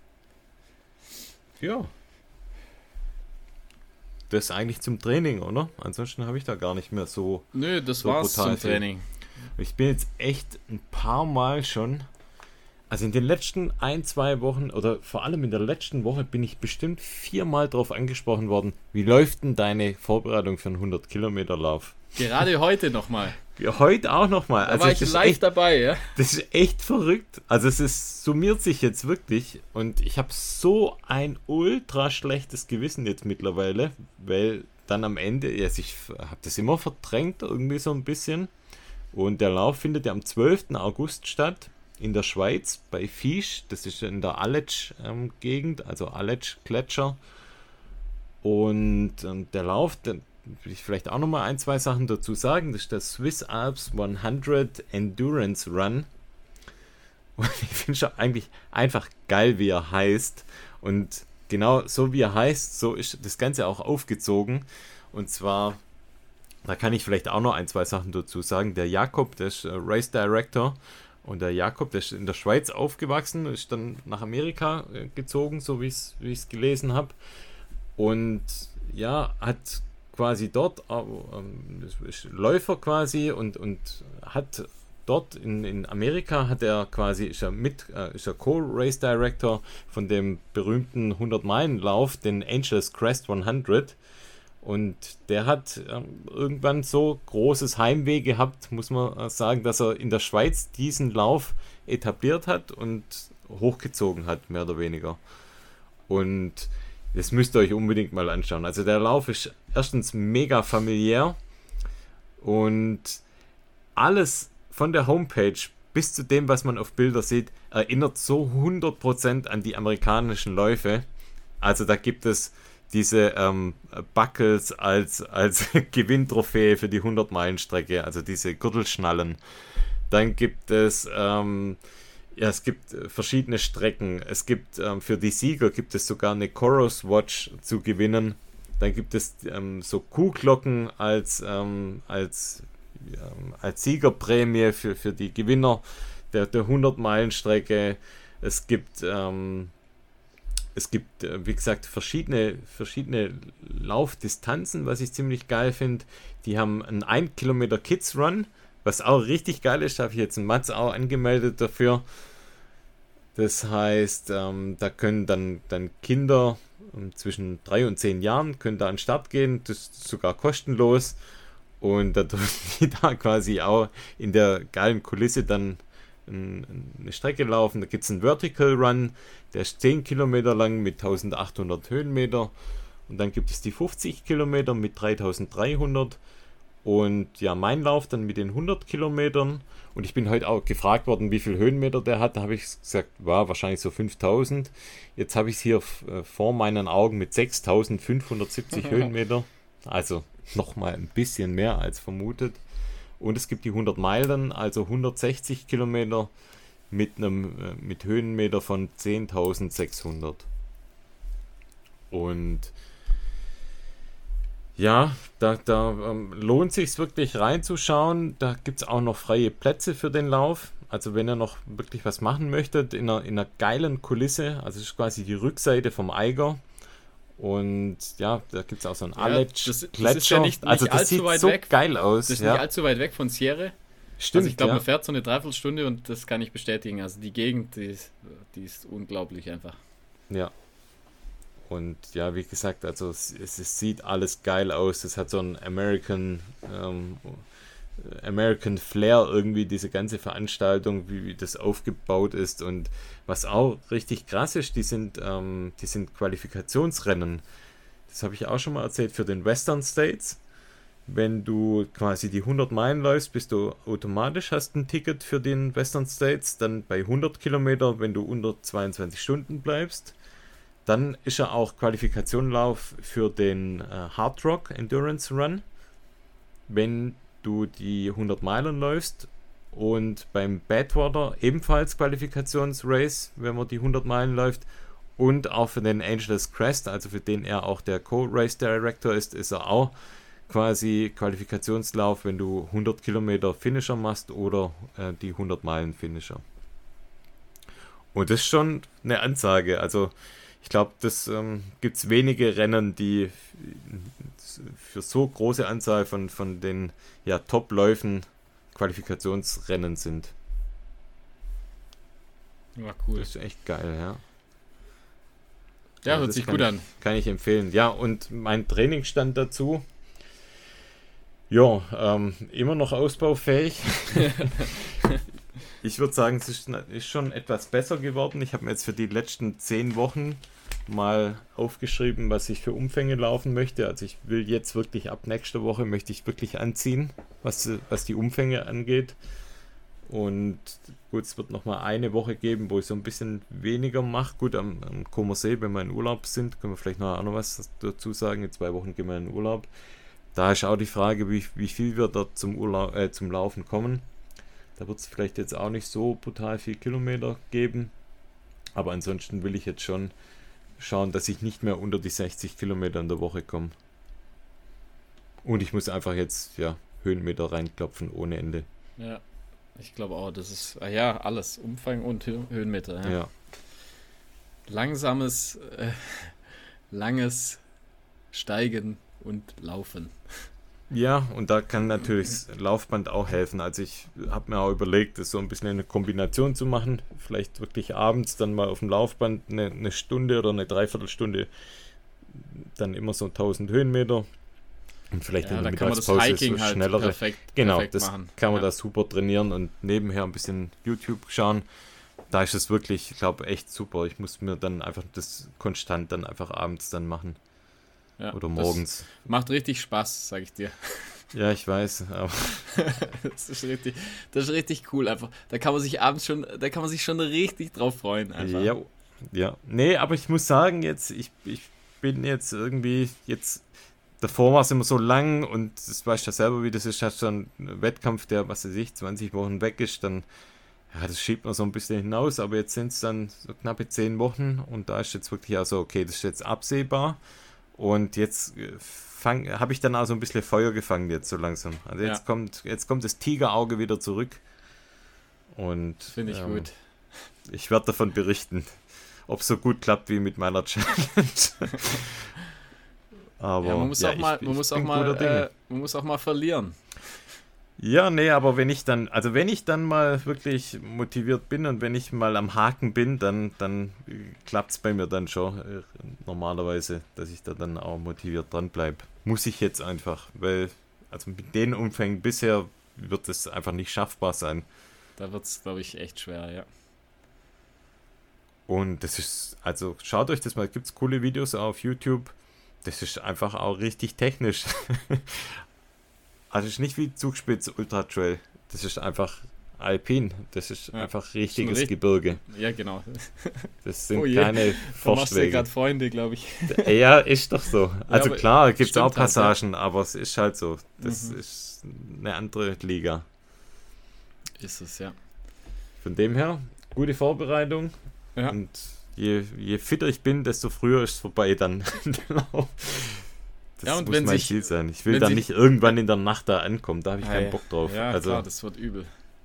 Ja. Das eigentlich zum Training, oder? Ansonsten habe ich da gar nicht mehr so. Nö, das So war's brutal zum viel. Training. Ich bin jetzt echt ein paar Mal schon. Also in den letzten ein, zwei Wochen oder vor allem in der letzten Woche bin ich bestimmt viermal drauf angesprochen worden. Wie läuft denn deine Vorbereitung für einen hundert Kilometer Lauf? Gerade heute nochmal. Ja, heute auch nochmal. Da Also war das ich ist live echt, dabei, ja. das ist echt verrückt. Also es ist, summiert sich jetzt wirklich und ich habe so ein ultra schlechtes Gewissen jetzt mittlerweile, weil dann am Ende, also ich habe das immer verdrängt irgendwie so ein bisschen und der Lauf findet ja am zwölften August statt in der Schweiz bei Fisch, das ist in der Aletsch-Gegend, also Aletsch-Gletscher und ähm, der Lauf, der will ich vielleicht auch nochmal ein, zwei Sachen dazu sagen. Das ist der Swiss Alps hundert Endurance Run. Und ich finde schon eigentlich einfach geil, wie er heißt. Und genau so wie er heißt, so ist das Ganze auch aufgezogen. Und zwar, da kann ich vielleicht auch noch ein, zwei Sachen dazu sagen. Der Jakob, der ist Race Director Und der Jakob, der ist in der Schweiz aufgewachsen, ist dann nach Amerika äh, gezogen, so wie ich es gelesen habe. Und ja, hat quasi dort, äh, ähm, ist Läufer quasi und, und hat dort in, in Amerika, hat er quasi, ist er mit, äh, ist er Co-Race Director von dem berühmten hundert-Meilen-Lauf, den Angels Crest hundert. Und der hat ähm, irgendwann so großes Heimweh gehabt, muss man äh, sagen, dass er in der Schweiz diesen Lauf etabliert hat und hochgezogen hat, mehr oder weniger. Und das müsst ihr euch unbedingt mal anschauen. Also der Lauf ist erstens mega familiär und alles von der Homepage bis zu dem, was man auf Bilder sieht, erinnert so hundert Prozent an die amerikanischen Läufe. Also da gibt es diese ähm, Buckles als, als Gewinntrophäe für die hundert-Meilen-Strecke, also diese Gürtelschnallen. Dann gibt es ähm, ja, es gibt verschiedene Strecken. Es gibt ähm, für die Sieger gibt es sogar eine Coros Watch zu gewinnen. Dann gibt es ähm, so Kuhglocken als, ähm, als, ähm, als Siegerprämie für, für die Gewinner der, der hundert-Meilen-Strecke. Es gibt ähm, Es gibt, wie gesagt, verschiedene, verschiedene Laufdistanzen, was ich ziemlich geil finde. Die haben einen ein Kilometer Kids Run, was auch richtig geil ist. Da habe ich jetzt einen Mats auch angemeldet dafür. Das heißt, ähm, da können dann, dann Kinder ähm, zwischen drei und zehn Jahren können da an den Start gehen. Das ist sogar kostenlos. Und da dürfen die da quasi auch in der geilen Kulisse dann eine Strecke laufen. Da gibt es einen Vertical Run, der ist zehn Kilometer lang mit eintausendachthundert Höhenmeter. Und dann gibt es die fünfzig Kilometer mit dreitausenddreihundert. Und ja, mein Lauf dann mit den hundert Kilometern. Und ich bin heute auch gefragt worden, wie viel Höhenmeter der hat. Da habe ich gesagt, war wahrscheinlich so fünftausend. Jetzt habe ich es hier f- vor meinen Augen mit sechstausendfünfhundertsiebzig Höhenmeter. Also nochmal ein bisschen mehr als vermutet. Und es gibt die hundert Meilen, also hundertsechzig Kilometer mit einem äh, mit Höhenmeter von zehntausendsechshundert. Und ja, da, da ähm, lohnt sich wirklich reinzuschauen. Da gibt es auch noch freie Plätze für den Lauf. Also wenn ihr noch wirklich was machen möchtet, in einer, in einer geilen Kulisse, also es ist quasi die Rückseite vom Eiger. Und ja, da gibt es auch so einen Ja, Aletsch das, das Gletscher. ist ja nicht, nicht also das allzu sieht weit so weg. geil aus. Das ist ja. nicht allzu weit weg von Sierre. Stimmt, Also ich glaube, ja. man fährt so eine Dreiviertelstunde und das kann ich bestätigen. Also die Gegend, die ist, die ist unglaublich einfach. Ja. Und ja, wie gesagt, also es, es sieht alles geil aus. Es hat so einen American ähm, American Flair irgendwie, diese ganze Veranstaltung, wie, wie das aufgebaut ist. Und was auch richtig krass ist, die sind, ähm, die sind Qualifikationsrennen. Das habe ich auch schon mal erzählt für den Western States. Wenn du quasi die hundert Meilen läufst, bist du automatisch, hast ein Ticket für den Western States. Dann bei hundert Kilometer, wenn du unter zweiundzwanzig Stunden bleibst. Dann ist ja auch Qualifikationslauf für den äh, Hard Rock Endurance Run. Wenn du die hundert Meilen läufst, und beim Badwater ebenfalls Qualifikationsrace, wenn man die hundert Meilen läuft, und auch für den Angels Crest, also für den er auch der Co-Race Director ist, ist er auch quasi Qualifikationslauf, wenn du hundert Kilometer Finisher machst oder äh, die hundert Meilen Finisher. Und das ist schon eine Ansage, also ich glaube, das ähm, gibt es wenige Rennen, die für so große Anzahl von, von den ja, Top-Läufen Qualifikationsrennen sind. Ja, cool. Das ist echt geil, ja. Ja, Also hört das sich kann gut ich, an. Kann ich empfehlen. Ja, und mein Trainingsstand dazu, ja, ähm, immer noch ausbaufähig. Ich würde sagen, es ist, ist schon etwas besser geworden. Ich habe mir jetzt für die letzten zehn Wochen mal aufgeschrieben, was ich für Umfänge laufen möchte. Also ich will jetzt wirklich ab nächster Woche möchte ich wirklich anziehen, was, was die Umfänge angeht. Und gut, es wird nochmal eine Woche geben, wo ich so ein bisschen weniger mache. Gut, am, am Comer See, wenn wir in Urlaub sind, können wir vielleicht noch, auch noch was dazu sagen. In zwei Wochen gehen wir in Urlaub. Da ist auch die Frage, wie, wie viel wir dort zum, Urlaub, äh, zum Laufen kommen. Da wird es vielleicht jetzt auch nicht so brutal viel Kilometer geben. Aber ansonsten will ich jetzt schon schauen, dass ich nicht mehr unter die sechzig Kilometer in der Woche komme. Und ich muss einfach jetzt ja, Höhenmeter reinklopfen ohne Ende. Ja. Ich glaube auch, das ist, ah ja, alles, Umfang und Hö- Höhenmeter. Ja. Ja. Langsames, äh, langes Steigen und Laufen. Ja, und da kann natürlich das Laufband auch helfen. Also ich habe mir auch überlegt, das so ein bisschen eine Kombination zu machen. Vielleicht wirklich abends dann mal auf dem Laufband eine, eine Stunde oder eine Dreiviertelstunde, dann immer so tausend Höhenmeter. Und vielleicht Ja, in da der kann man das Mittagspause Hiking so halt schnellere. perfekt, Genau, perfekt das machen. kann man ja. da super trainieren und nebenher ein bisschen YouTube schauen. Da ist es wirklich, ich glaube, echt super. Ich muss mir dann einfach das konstant dann einfach abends dann machen. Ja, Oder das morgens. Macht richtig Spaß, sag ich dir. Ja, ich weiß. Aber Das ist richtig, das ist richtig cool einfach. Da kann man sich abends schon, da kann man sich schon richtig drauf freuen einfach. ja, ja. Nee, aber ich muss sagen, jetzt, ich, ich bin jetzt irgendwie, jetzt, davor war es immer so lang und das weißt du ja selber, wie das ist, hast du einen Wettkampf, der, was weiß ich, zwanzig Wochen weg ist, dann, ja, das schiebt man so ein bisschen hinaus, aber jetzt sind es dann so knappe zehn Wochen und da ist jetzt wirklich also, okay, das ist jetzt absehbar und jetzt habe ich dann auch so ein bisschen Feuer gefangen jetzt so langsam. Also jetzt Ja. kommt, jetzt kommt das Tigerauge wieder zurück und Finde ich ähm, gut. ich werde davon berichten, ob es so gut klappt wie mit meiner Challenge. Aber Ja, man muss ja, auch mal, ich, man ich muss auch bin mal, guter Dinge. äh, man muss auch mal verlieren. Ja, nee, aber wenn ich dann, also wenn ich dann mal wirklich motiviert bin und wenn ich mal am Haken bin, dann, dann klappt es bei mir dann schon äh, normalerweise, dass ich da dann auch motiviert dran bleibe. Muss ich jetzt einfach, weil, also mit den Umfängen bisher wird es einfach nicht schaffbar sein. Da wird es, glaube ich, echt schwer, ja. Und das ist, also schaut euch das mal, gibt es coole Videos auch auf YouTube. Das ist einfach auch richtig technisch. Also es ist nicht wie Zugspitz Ultra Trail. Das ist einfach alpin. Das ist Ja, einfach richtiges richtig- Gebirge. Ja, genau. Das sind Oh je, keine Da machst du Forstwege. gerade Freunde, glaube ich. Ja, ist doch so. Also aber klar, gibt es stimmt auch halt, ja. Passagen, aber es ist halt so. Das Mhm. ist eine andere Liga. Ist es, ja. Von dem her, gute Vorbereitung. Ja. Und je, je fitter ich bin, desto früher ist es vorbei dann. Das Ja, und muss wenn mein sich- Ziel sein. Ich will wenn dann sich- nicht irgendwann in der Nacht da ankommen. Da habe ich Ah, keinen ja. Bock drauf. Ja, also klar, das wird übel.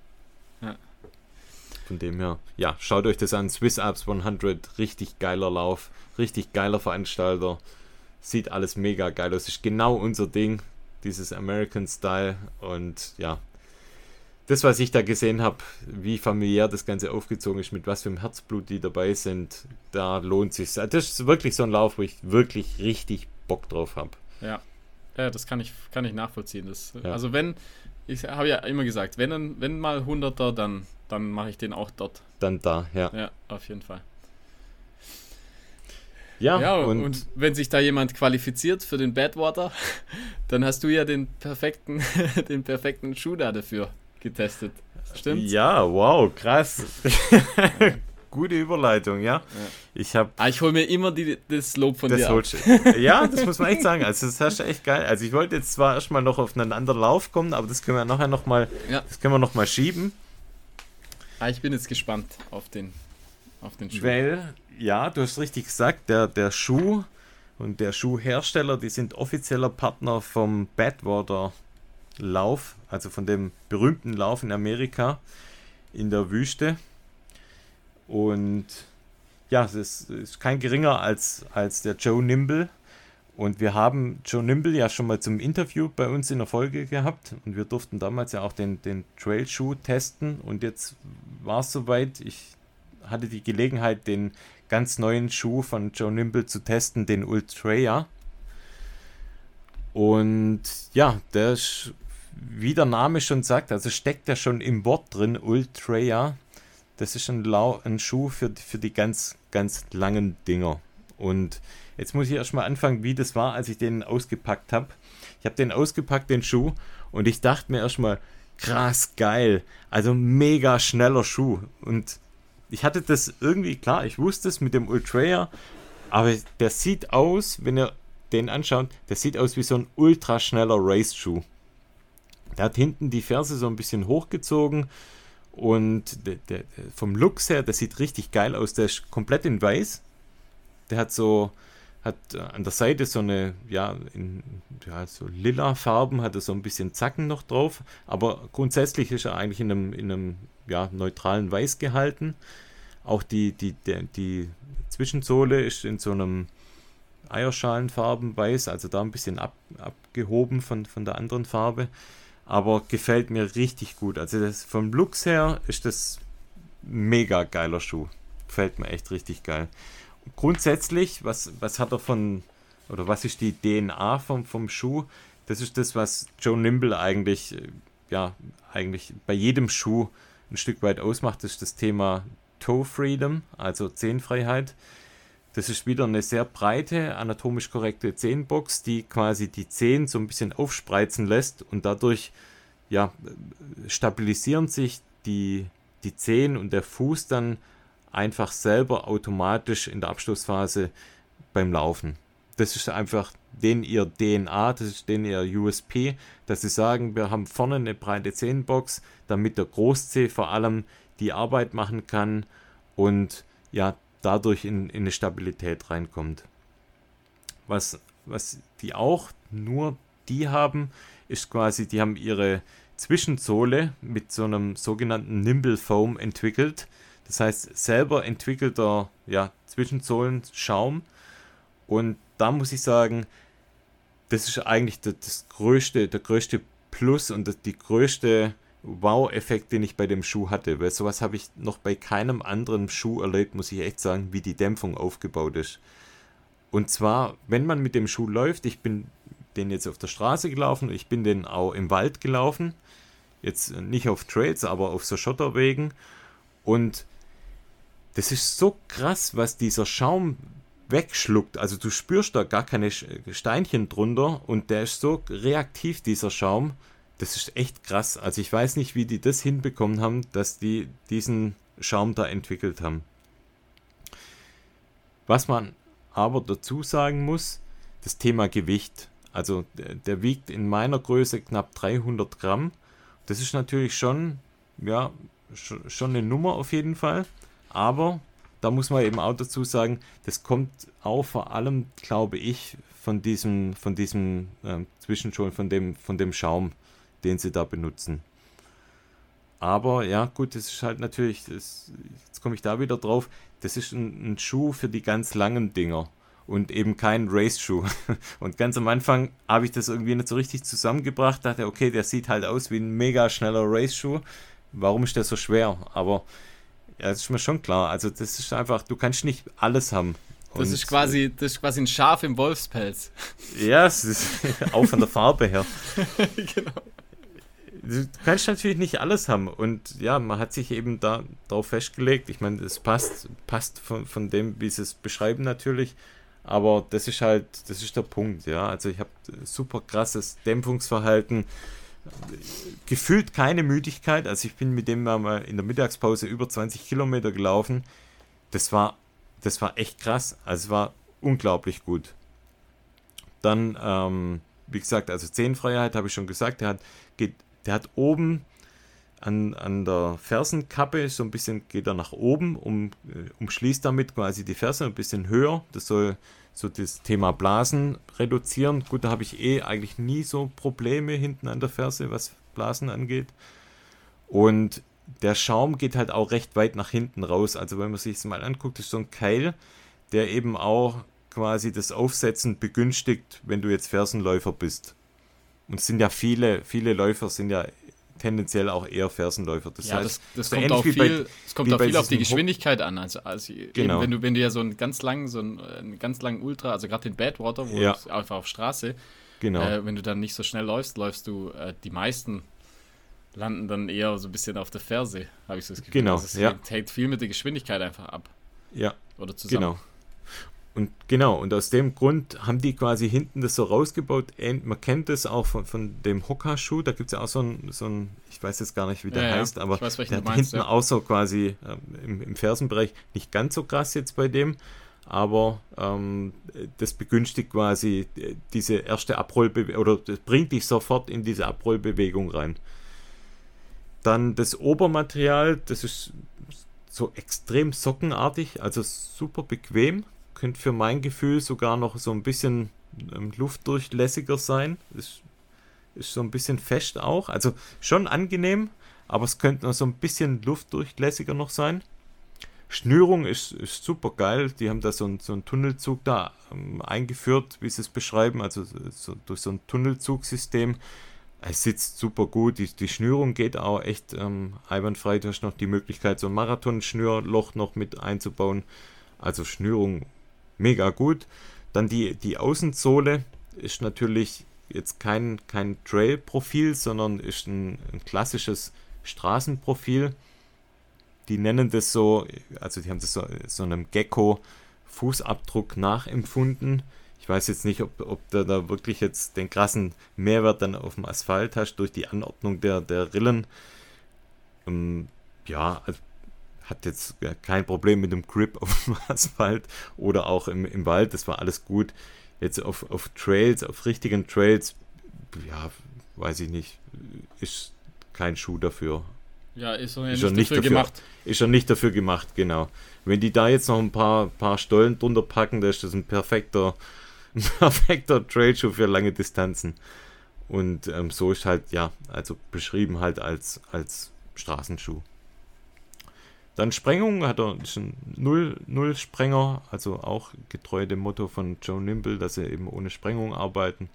von dem her, ja, schaut euch das an. Swiss Alps hundert, richtig geiler Lauf, richtig geiler Veranstalter. Sieht alles mega geil aus. Ist genau unser Ding, dieses American Style. Und ja, das, was ich da gesehen habe, wie familiär das Ganze aufgezogen ist, mit was für einem Herzblut die dabei sind, da lohnt sich. Das ist wirklich so ein Lauf, wo ich wirklich richtig Bock drauf habe. Ja. Ja, das kann ich, kann ich nachvollziehen. Das, Ja. Also wenn, ich habe ja immer gesagt, wenn, ein- wenn mal Hunderter, dann, dann mache ich den auch dort. Dann da, ja. Ja, auf jeden Fall. Ja, Ja, und, und, wenn sich da jemand qualifiziert für den Badwater, dann hast du ja den perfekten, den perfekten Schuh da dafür getestet. Stimmt's? ja, wow, krass. Gute Überleitung, ja. Ich habe Ah, ich hole mir immer die, das Lob von das dir ab. holst, ja, das muss man echt sagen. Also das ist echt geil. Also ich wollte jetzt zwar erstmal noch auf einen anderen Lauf kommen, aber das können wir nachher noch mal, Ja. das können wir noch mal schieben, Ah, ich bin jetzt gespannt auf den, auf den Schuh. weil ja, du hast richtig gesagt, der der Schuh und der Schuhhersteller, die sind offizieller Partner vom Badwater Lauf, also von dem berühmten Lauf in Amerika in der Wüste. Und ja, es ist, ist kein geringer als, als der Joe Nimble. Und wir haben Joe Nimble ja schon mal zum Interview bei uns in der Folge gehabt. Und wir durften damals ja auch den, den Trail-Schuh testen. Und jetzt war es soweit. Ich hatte die Gelegenheit, den ganz neuen Schuh von Joe Nimble zu testen, den Ultraya. Und ja, der ist, wie der Name schon sagt, also steckt ja schon im Wort drin, Ultraya. Das ist ein, Lau ein Schuh für, für die ganz, ganz langen Dinger. Und jetzt muss ich erstmal anfangen, wie das war, als ich den ausgepackt habe. Ich habe den ausgepackt, den Schuh, und ich dachte mir erstmal, krass geil. Also mega schneller Schuh. Und ich hatte das irgendwie, klar, ich wusste es mit dem Ultraya, aber der sieht aus, wenn ihr den anschaut, der sieht aus wie so ein ultra schneller Race-Schuh. Der hat hinten die Ferse so ein bisschen hochgezogen. Und der, der, vom Looks her, der sieht richtig geil aus. Der ist komplett in weiß. Der hat so, hat äh, an der Seite so eine, ja, in, ja, so lila Farben, hat er so ein bisschen Zacken noch drauf, aber grundsätzlich ist er eigentlich in einem, in einem ja, neutralen Weiß gehalten. Auch die, die, die, die Zwischensohle ist in so einem Eierschalenfarben weiß, also da ein bisschen ab, abgehoben von, von der anderen Farbe, aber gefällt mir richtig gut. Also das, vom Looks her ist das mega geiler Schuh. Gefällt mir echt richtig geil. Und grundsätzlich, was, was hat er von, oder was ist die D N A vom, vom Schuh? Das ist das, was Joe Nimble eigentlich, ja, eigentlich bei jedem Schuh ein Stück weit ausmacht, das ist das Thema Toe Freedom, also Zehenfreiheit. Das ist wieder eine sehr breite, anatomisch korrekte Zehenbox, die quasi die Zehen so ein bisschen aufspreizen lässt und dadurch ja, stabilisieren sich die, die Zehen und der Fuß dann einfach selber automatisch in der Abschlussphase beim Laufen. Das ist einfach den ihr D N A, das ist den ihr U S P, dass sie sagen, wir haben vorne eine breite Zehenbox, damit der Großzeh vor allem die Arbeit machen kann und ja, dadurch in, in eine Stabilität reinkommt. Was, was die auch nur die haben, ist quasi, die haben ihre Zwischensohle mit so einem sogenannten Nimble Foam entwickelt. Das heißt, selber entwickelter ja, Zwischensohlenschaum. Und da muss ich sagen, das ist eigentlich das, das größte, der größte Plus und das, die größte Wow-Effekt, den ich bei dem Schuh hatte, weil sowas habe ich noch bei keinem anderen Schuh erlebt, muss ich echt sagen, wie die Dämpfung aufgebaut ist. Und zwar, wenn man mit dem Schuh läuft, ich bin den jetzt auf der Straße gelaufen, ich bin den auch im Wald gelaufen, jetzt nicht auf Trails, aber auf so Schotterwegen, und das ist so krass, was dieser Schaum wegschluckt, also du spürst da gar keine Steinchen drunter und der ist so reaktiv, dieser Schaum. Das ist echt krass. Also ich weiß nicht, wie die das hinbekommen haben, dass die diesen Schaum da entwickelt haben. Was man aber dazu sagen muss, das Thema Gewicht. Also der, der wiegt in meiner Größe knapp dreihundert Gramm. Das ist natürlich schon, ja, schon eine Nummer auf jeden Fall. Aber da muss man eben auch dazu sagen, das kommt auch vor allem, glaube ich, von diesem, von diesem äh, Zwischenschon, von dem, von dem Schaum, den sie da benutzen. Aber ja, gut, das ist halt natürlich, das, jetzt komme ich da wieder drauf, das ist ein, ein Schuh für die ganz langen Dinger und eben kein Race-Schuh. Und ganz am Anfang habe ich das irgendwie nicht so richtig zusammengebracht, dachte, okay, der sieht halt aus wie ein mega schneller Race-Schuh, warum ist der so schwer? Aber ja, das ist mir schon klar, also das ist einfach, du kannst nicht alles haben. Das ist, quasi, das ist quasi ein Schaf im Wolfspelz. Ja, es ist auch von der Farbe her. Genau. Du kannst natürlich nicht alles haben und ja, man hat sich eben da darauf festgelegt. Ich meine, das passt, passt von, von dem, wie sie es beschreiben natürlich, aber das ist halt, das ist der Punkt, ja. Also ich habe super krasses Dämpfungsverhalten, gefühlt keine Müdigkeit, also ich bin mit dem mal in der Mittagspause über zwanzig Kilometer gelaufen. Das war, das war echt krass, also es war unglaublich gut. Dann, ähm, wie gesagt, also Zehenfreiheit habe ich schon gesagt, der hat, geht Der hat oben an, an der Fersenkappe so ein bisschen, geht er nach oben, um, äh, umschließt damit quasi die Ferse ein bisschen höher. Das soll so das Thema Blasen reduzieren. Gut, da habe ich eh eigentlich nie so Probleme hinten an der Ferse, was Blasen angeht. Und der Schaum geht halt auch recht weit nach hinten raus. Also wenn man sich das mal anguckt, ist so ein Keil, der eben auch quasi das Aufsetzen begünstigt, wenn du jetzt Fersenläufer bist. Und es sind ja viele, viele Läufer sind ja tendenziell auch eher Fersenläufer. Das ja, heißt, das, das so kommt auch viel, bei, es kommt auch viel auf die Geschwindigkeit an. Also, also genau. eben, wenn du, wenn du ja so einen ganz langen, so einen, einen ganz langen Ultra, also gerade den Badwater, wo ja. es einfach auf Straße, genau. äh, wenn du dann nicht so schnell läufst, läufst du, äh, die meisten landen dann eher so ein bisschen auf der Ferse, habe ich so das Gefühl. Genau, also es ja. hängt viel mit der Geschwindigkeit einfach ab. Ja, oder zusammen. Genau. Und genau, und aus dem Grund haben die quasi hinten das so rausgebaut. Man kennt das auch von, von dem Hoka-Schuh, da gibt es ja auch so ein, so ein, ich weiß jetzt gar nicht, wie der ja, heißt, aber weiß, der hat meinst, hinten ja. auch so quasi ähm, im, im Fersenbereich, nicht ganz so krass jetzt bei dem, aber ähm, das begünstigt quasi diese erste Abrollbewegung, oder das bringt dich sofort in diese Abrollbewegung rein. Dann das Obermaterial, das ist so extrem sockenartig, also super bequem. könnte für mein Gefühl sogar noch so ein bisschen ähm, luftdurchlässiger sein. Ist, ist so ein bisschen fest auch. Also schon angenehm, aber es könnte noch so ein bisschen luftdurchlässiger noch sein. Schnürung ist, ist super geil. Die haben da so, ein, so einen Tunnelzug da ähm, eingeführt, wie sie es beschreiben. Also so, durch so ein Tunnelzugsystem. Es sitzt super gut. Die, die Schnürung geht auch echt ähm, einwandfrei. Du hast noch die Möglichkeit, so ein Marathon-Schnürloch noch mit einzubauen. Also Schnürung mega gut. Dann die, die Außensohle ist natürlich jetzt kein, kein Trail-Profil, sondern ist ein, ein klassisches Straßenprofil. Die nennen das so, also die haben das so, so einem Gecko-Fußabdruck nachempfunden. Ich weiß jetzt nicht, ob, ob du da wirklich jetzt den krassen Mehrwert dann auf dem Asphalt hast durch die Anordnung der, der Rillen. Ähm, ja, also hat jetzt kein Problem mit dem Grip auf dem Asphalt oder auch im, im Wald, das war alles gut. Jetzt auf, auf Trails, auf richtigen Trails, ja, weiß ich nicht, ist kein Schuh dafür. Ja, ist er ja Ist nicht, er nicht dafür dafür gemacht. Ist er nicht dafür gemacht, genau. Wenn die da jetzt noch ein paar, paar Stollen drunter packen, dann ist das ein perfekter, ein perfekter Trailschuh für lange Distanzen. Und ähm, so ist halt, ja, also beschrieben halt als, als Straßenschuh. Dann Sprengung hat er ist ein Null, Null Sprenger, also auch getreu dem Motto von Joe Nimble, dass sie eben ohne Sprengung arbeiten.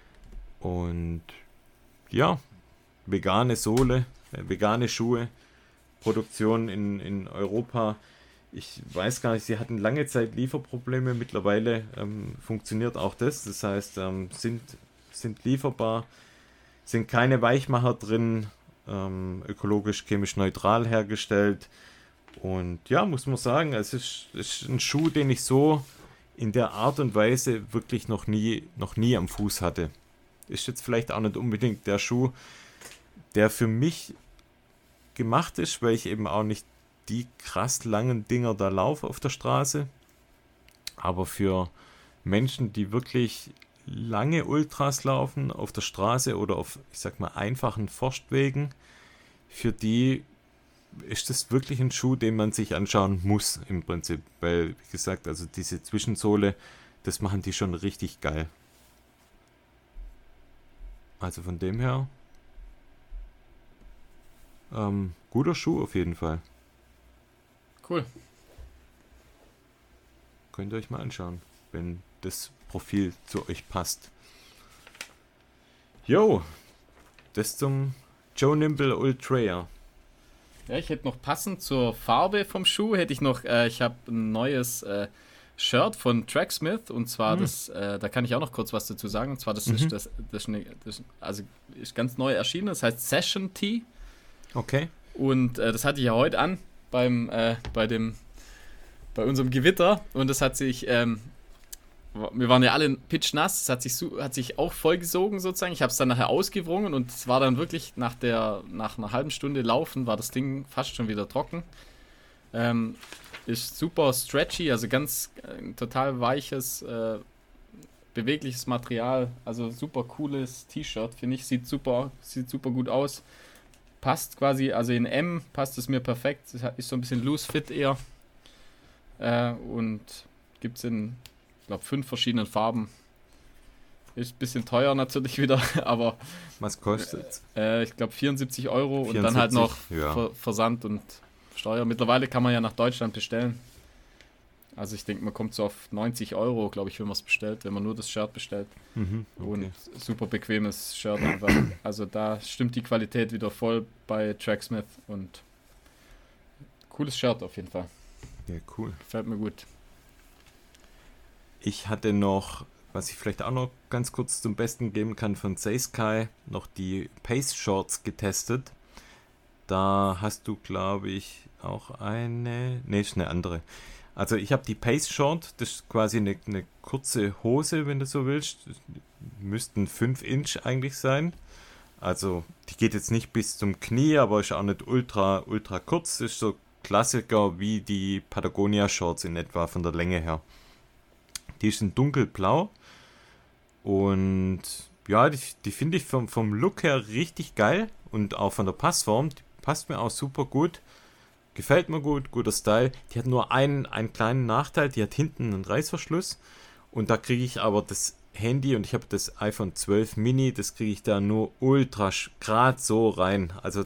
Und ja, vegane Sohle, äh, vegane Schuhe, Produktion in, in Europa. Ich weiß gar nicht, sie hatten lange Zeit Lieferprobleme, mittlerweile ähm, funktioniert auch das. Das heißt, ähm, sind, sind lieferbar, sind keine Weichmacher drin, ähm, ökologisch, chemisch neutral hergestellt. Und ja, muss man sagen, es ist, ist ein Schuh, den ich so in der Art und Weise wirklich noch nie, noch nie am Fuß hatte. Ist jetzt vielleicht auch nicht unbedingt der Schuh, der für mich gemacht ist, weil ich eben auch nicht die krass langen Dinger da laufe auf der Straße. Aber für Menschen, die wirklich lange Ultras laufen auf der Straße oder auf, ich sag mal, einfachen Forstwegen, für die ist das wirklich ein Schuh, den man sich anschauen muss im Prinzip, weil, wie gesagt, also diese Zwischensohle, das machen die schon richtig geil. Also von dem her, ähm, guter Schuh auf jeden Fall. Cool. Könnt ihr euch mal anschauen, wenn das Profil zu euch passt. Jo, das zum Joe Nimble Ultra. Ja, ich hätte noch passend zur Farbe vom Schuh, hätte ich noch, äh, ich habe ein neues äh, Shirt von Tracksmith und zwar Mhm. das, äh, da kann ich auch noch kurz was dazu sagen, und zwar das Mhm. ist das, das, ist eine, das also ist ganz neu erschienen, das heißt Session Tee Okay. und äh, das hatte ich ja heute an beim, äh, bei dem, bei unserem Gewitter und das hat sich, ähm, wir waren ja alle pitchnass, es hat sich, su- hat sich auch vollgesogen sozusagen. Ich habe es dann nachher ausgewrungen und es war dann wirklich nach, der, nach einer halben Stunde Laufen war das Ding fast schon wieder trocken. Ähm, ist super stretchy, also ganz äh, total weiches, äh, bewegliches Material. Also super cooles T-Shirt, finde ich. Sieht super, sieht super gut aus. Passt quasi, also in M passt es mir perfekt. Es ist so ein bisschen loose fit eher. Äh, und gibt es in ich glaube, fünf verschiedenen Farben. Ist ein bisschen teuer natürlich wieder, aber Was kostet? äh, ich glaube vierundsiebzig Euro und dann halt noch ja. Ver Versand und Steuer. Mittlerweile kann man ja nach Deutschland bestellen. Also ich denke, man kommt so auf neunzig Euro, glaube ich, wenn man es bestellt, wenn man nur das Shirt bestellt. Mhm, okay. Und super bequemes Shirt einfach. Also da stimmt die Qualität wieder voll bei Tracksmith und cooles Shirt auf jeden Fall. Ja, cool. Gefällt mir gut. Ich hatte noch, was ich vielleicht auch noch ganz kurz zum Besten geben kann, von Saysky noch die Pace Shorts getestet. Da hast du, glaube ich, auch eine, nee, ist eine andere. Also ich habe die Pace Short, das ist quasi eine, eine kurze Hose, wenn du so willst. Das müssten fünf Inch eigentlich sein. Also die geht jetzt nicht bis zum Knie, aber ist auch nicht ultra, ultra kurz. Ist so Klassiker wie die Patagonia Shorts in etwa von der Länge her. Die ist in dunkelblau und ja, die, die finde ich vom, vom Look her richtig geil und auch von der Passform, die passt mir auch super gut. Gefällt mir gut, guter Style. Die hat nur einen, einen kleinen Nachteil, die hat hinten einen Reißverschluss und da kriege ich aber das Handy und ich habe das iPhone zwölf Mini, das kriege ich da nur ultra gerade so rein. Also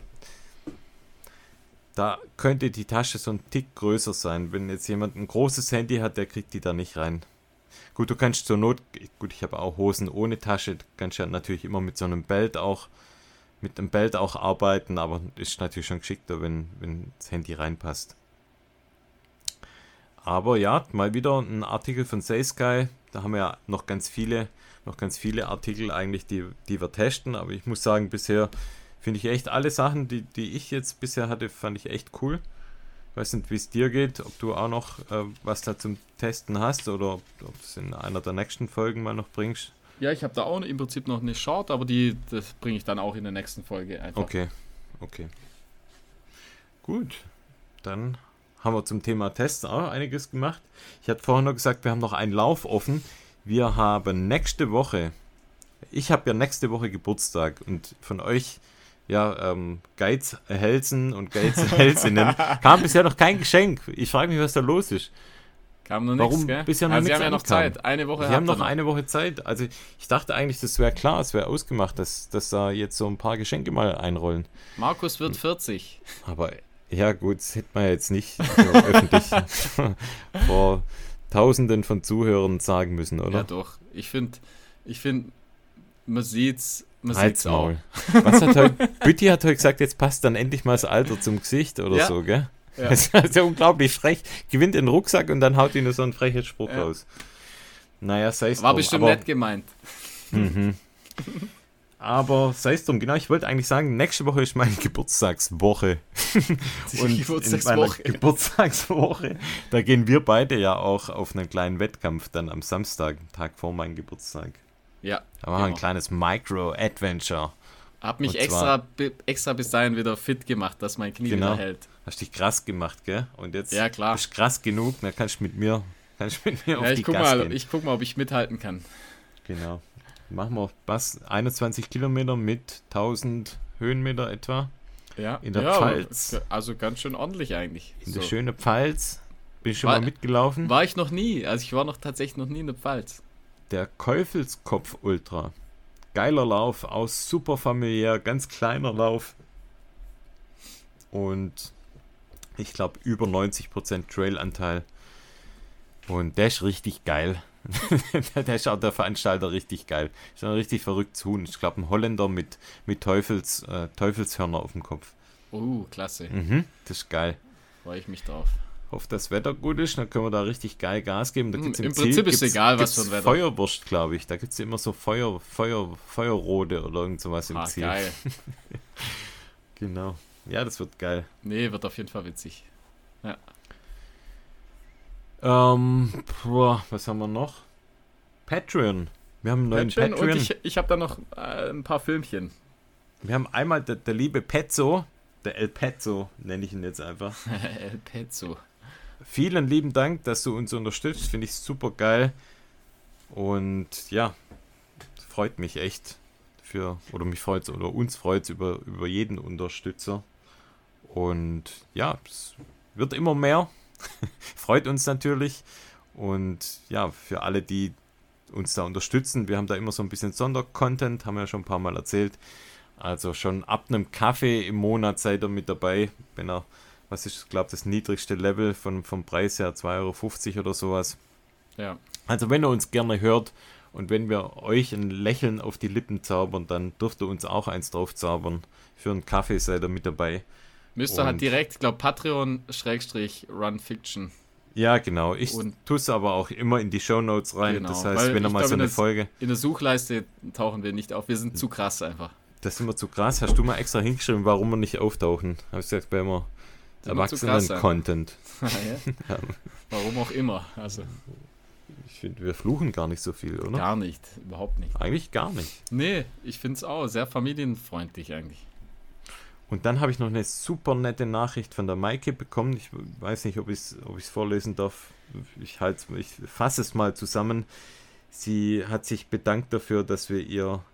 da könnte die Tasche so ein Tick größer sein. Wenn jetzt jemand ein großes Handy hat, der kriegt die da nicht rein. Gut, du kannst zur Not, gut, ich habe auch Hosen ohne Tasche, du kannst ja natürlich immer mit so einem Belt auch, mit einem Belt auch arbeiten, aber ist natürlich schon geschickter, wenn, wenn das Handy reinpasst. Aber ja, mal wieder ein Artikel von SaySky. Da haben wir ja noch ganz viele, noch ganz viele Artikel eigentlich, die, die wir testen. Aber ich muss sagen, bisher finde ich echt alle Sachen, die, die ich jetzt bisher hatte, fand ich echt cool. Ich weiß nicht, wie es dir geht, ob du auch noch äh, was da zum Testen hast oder ob du es in einer der nächsten Folgen mal noch bringst. Ja, ich habe da auch im Prinzip noch eine Short, aber die das bringe ich dann auch in der nächsten Folge einfach. Okay, okay. Gut, dann haben wir zum Thema Tests auch einiges gemacht. Ich hatte vorhin noch gesagt, wir haben noch einen Lauf offen. Wir haben nächste Woche, ich habe ja nächste Woche Geburtstag und von euch, ja, ähm, Geizhälsen und Geizhälsinnen kam bisher noch kein Geschenk. Ich frage mich, was da los ist. Kam noch Warum nichts, gell? bisher noch also nichts Sie haben ja noch ankam. Zeit. Eine Woche Wir habt haben ihr noch eine Woche Zeit. Also ich dachte eigentlich, das wäre klar, es wäre ausgemacht, dass, dass da jetzt so ein paar Geschenke mal einrollen. Markus wird vierzig. Aber ja gut, das hätte man jetzt nicht so öffentlich vor Tausenden von Zuhörern sagen müssen, oder? Ja doch. Ich finde, ich find, man sieht's, man Halt's sieht's auch. Maul. Was hat heute, Bütti hat heute gesagt, jetzt passt dann endlich mal das Alter zum Gesicht oder Ja. so, gell? Ja. Das ist ja unglaublich frech. Gewinnt den Rucksack und dann haut ihn nur so ein freches Spruch Ja. raus. Naja, sei es War drum. bestimmt aber, nett gemeint. Mhm. Aber sei es drum, genau, ich wollte eigentlich sagen, nächste Woche ist meine Geburtstagswoche. Und Geburtstagswoche. in meiner Geburtstagswoche, da gehen wir beide ja auch auf einen kleinen Wettkampf dann am Samstag, Tag vor meinem Geburtstag. Ja. Da machen wir ein genau. kleines Micro-Adventure. Hab mich Und extra, zwar- bi- extra bis dahin wieder fit gemacht, dass mein Knie Genau. wieder hält. Hast dich krass gemacht, gell? Und jetzt Ja, klar. bist du krass genug, dann kannst du mit mir, kannst du mit mir Ja, auf ich die guck, Gas mal, gehen. ich guck mal, ob ich mithalten kann. Genau. Machen wir was, einundzwanzig Kilometer mit tausend Höhenmeter etwa. Ja. In der ja, Pfalz. Also ganz schön ordentlich eigentlich. In So. der schönen Pfalz. Bin ich schon War- mal mitgelaufen. War ich noch nie. Also ich war noch tatsächlich noch nie in der Pfalz. Der Käufelskopf Ultra. Geiler Lauf, aus super familiär, ganz kleiner Lauf. Und ich glaube über neunzig Prozent Trailanteil. Und der ist richtig geil. Der ist auch der Veranstalter richtig geil. Ist ein richtig verrücktes Huhn. Ich glaube ein Holländer mit, mit Teufels, äh, Teufelshörner auf dem Kopf. Oh, klasse. Mhm, das ist geil. Freue ich mich drauf. Hoffe, das Wetter gut ist, dann können wir da richtig geil Gas geben. Da Hm, gibt's im im Ziel, Prinzip ist gibt's- egal, was gibt's für ein Wetter. Feuerwurst, glaube ich. Da gibt es immer so Feuer, Feuer, Feuerrode oder irgend sowas im Ah, Ziel. geil. Genau. Ja, das wird geil. Nee, wird auf jeden Fall witzig. Ähm, boah, was haben wir noch? Patreon. Wir haben einen neuen Patreon Patreon. und ich, ich habe da noch äh, ein paar Filmchen. Wir haben einmal der, der liebe Petzo, der El Petzo, nenne ich ihn jetzt einfach. El Pezzo. Vielen lieben Dank, dass du uns unterstützt. Finde ich super geil. Und ja, freut mich echt für, oder mich freut es, oder uns freut es über, über jeden Unterstützer. Und ja, es wird immer mehr. Freut uns natürlich. Und ja, für alle, die uns da unterstützen, wir haben da immer so ein bisschen Sondercontent, haben wir ja schon ein paar Mal erzählt. Also schon ab einem Kaffee im Monat seid ihr mit dabei, wenn er, was ist, ich glaube, das niedrigste Level von, vom Preis her, zwei Euro fünfzig oder sowas. Ja. Also wenn ihr uns gerne hört und wenn wir euch ein Lächeln auf die Lippen zaubern, dann dürft ihr uns auch eins drauf zaubern. Für einen Kaffee seid ihr mit dabei. Müsst ihr halt Und- direkt, ich glaube, Patreon-Run-Fiction. Ja, genau. Ich Und- tue es aber auch immer in die Shownotes rein. Genau, Das heißt, weil wenn ihr ich mal glaub, so wenn eine das- Folge... In der Suchleiste tauchen wir nicht auf. Wir sind zu krass einfach. Das ist immer zu krass. Hast du mal extra hingeschrieben, warum wir nicht auftauchen? Habe ich gesagt, bei immer Sind wir zu krass, ja. Erwachsenen-Content. Ja. Warum auch immer. Also Ich finde, wir fluchen gar nicht so viel, oder? gar nicht. Überhaupt nicht. Eigentlich gar nicht. Nee, ich finde es auch sehr familienfreundlich eigentlich. Und dann habe ich noch eine super nette Nachricht von der Maike bekommen. Ich weiß nicht, ob ich es ob ich's vorlesen darf. Ich, halt's- ich fasse es mal zusammen. Sie hat sich bedankt dafür, dass wir ihr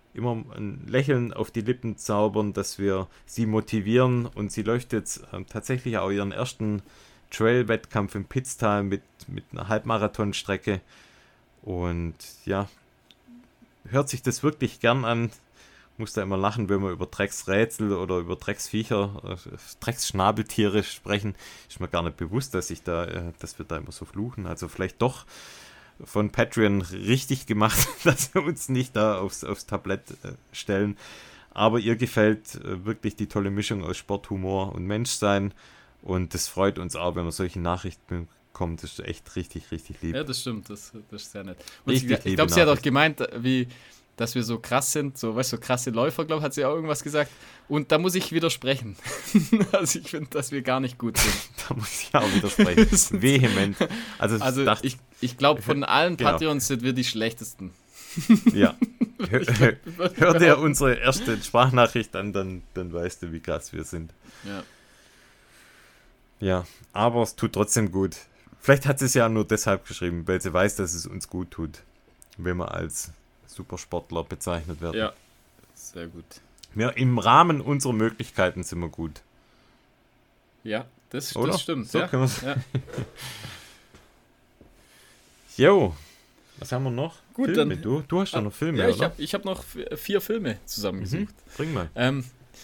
immer ein Lächeln auf die Lippen zaubern, dass wir sie motivieren. Und sie läuft jetzt äh, tatsächlich auch ihren ersten Trail-Wettkampf im Pitztal mit, mit einer Halbmarathonstrecke. Und ja, hört sich das wirklich gern an. Muss da immer lachen, wenn wir über Drecksrätsel oder über Drecksviecher, äh, Drecksschnabeltiere sprechen. Ist mir gar nicht bewusst, dass ich da, äh, dass wir da immer so fluchen. Also vielleicht doch von Patreon richtig gemacht, dass wir uns nicht da aufs, aufs Tablett äh, stellen. Aber ihr gefällt äh, wirklich die tolle Mischung aus Sport, Humor und Menschsein. Und das freut uns auch, wenn wir solche Nachrichten bekommen. Das ist echt richtig, richtig lieb. Ja, das stimmt. Das, das ist sehr nett. Und Richtig ich ich glaube, sie hat auch gemeint, wie, dass wir so krass sind, so, weißt du, so krasse Läufer, glaube ich, hat sie auch irgendwas gesagt. Und da muss ich widersprechen. Also ich finde, dass wir gar nicht gut sind. Da muss ich auch widersprechen. Vehement. Also, also dachte, ich, ich glaube, von allen genau. Patreons sind wir die schlechtesten. Ja. Hör, hör dir unsere erste Sprachnachricht an, dann, dann weißt du, wie krass wir sind. Ja. Ja, aber es tut trotzdem gut. Vielleicht hat sie es ja nur deshalb geschrieben, weil sie weiß, dass es uns gut tut, wenn wir als Supersportler bezeichnet werden. Ja, sehr gut. Wir, im Rahmen unserer Möglichkeiten sind wir gut. Ja, das, Oder? das stimmt. So ja. können wir's. Ja. Jo, was haben wir noch? Gut, Filme. dann- Du, du hast doch noch Filme, Ja, ich oder? habe ich hab noch f- vier Filme zusammengesucht. Mhm. Bring mal. Ähm,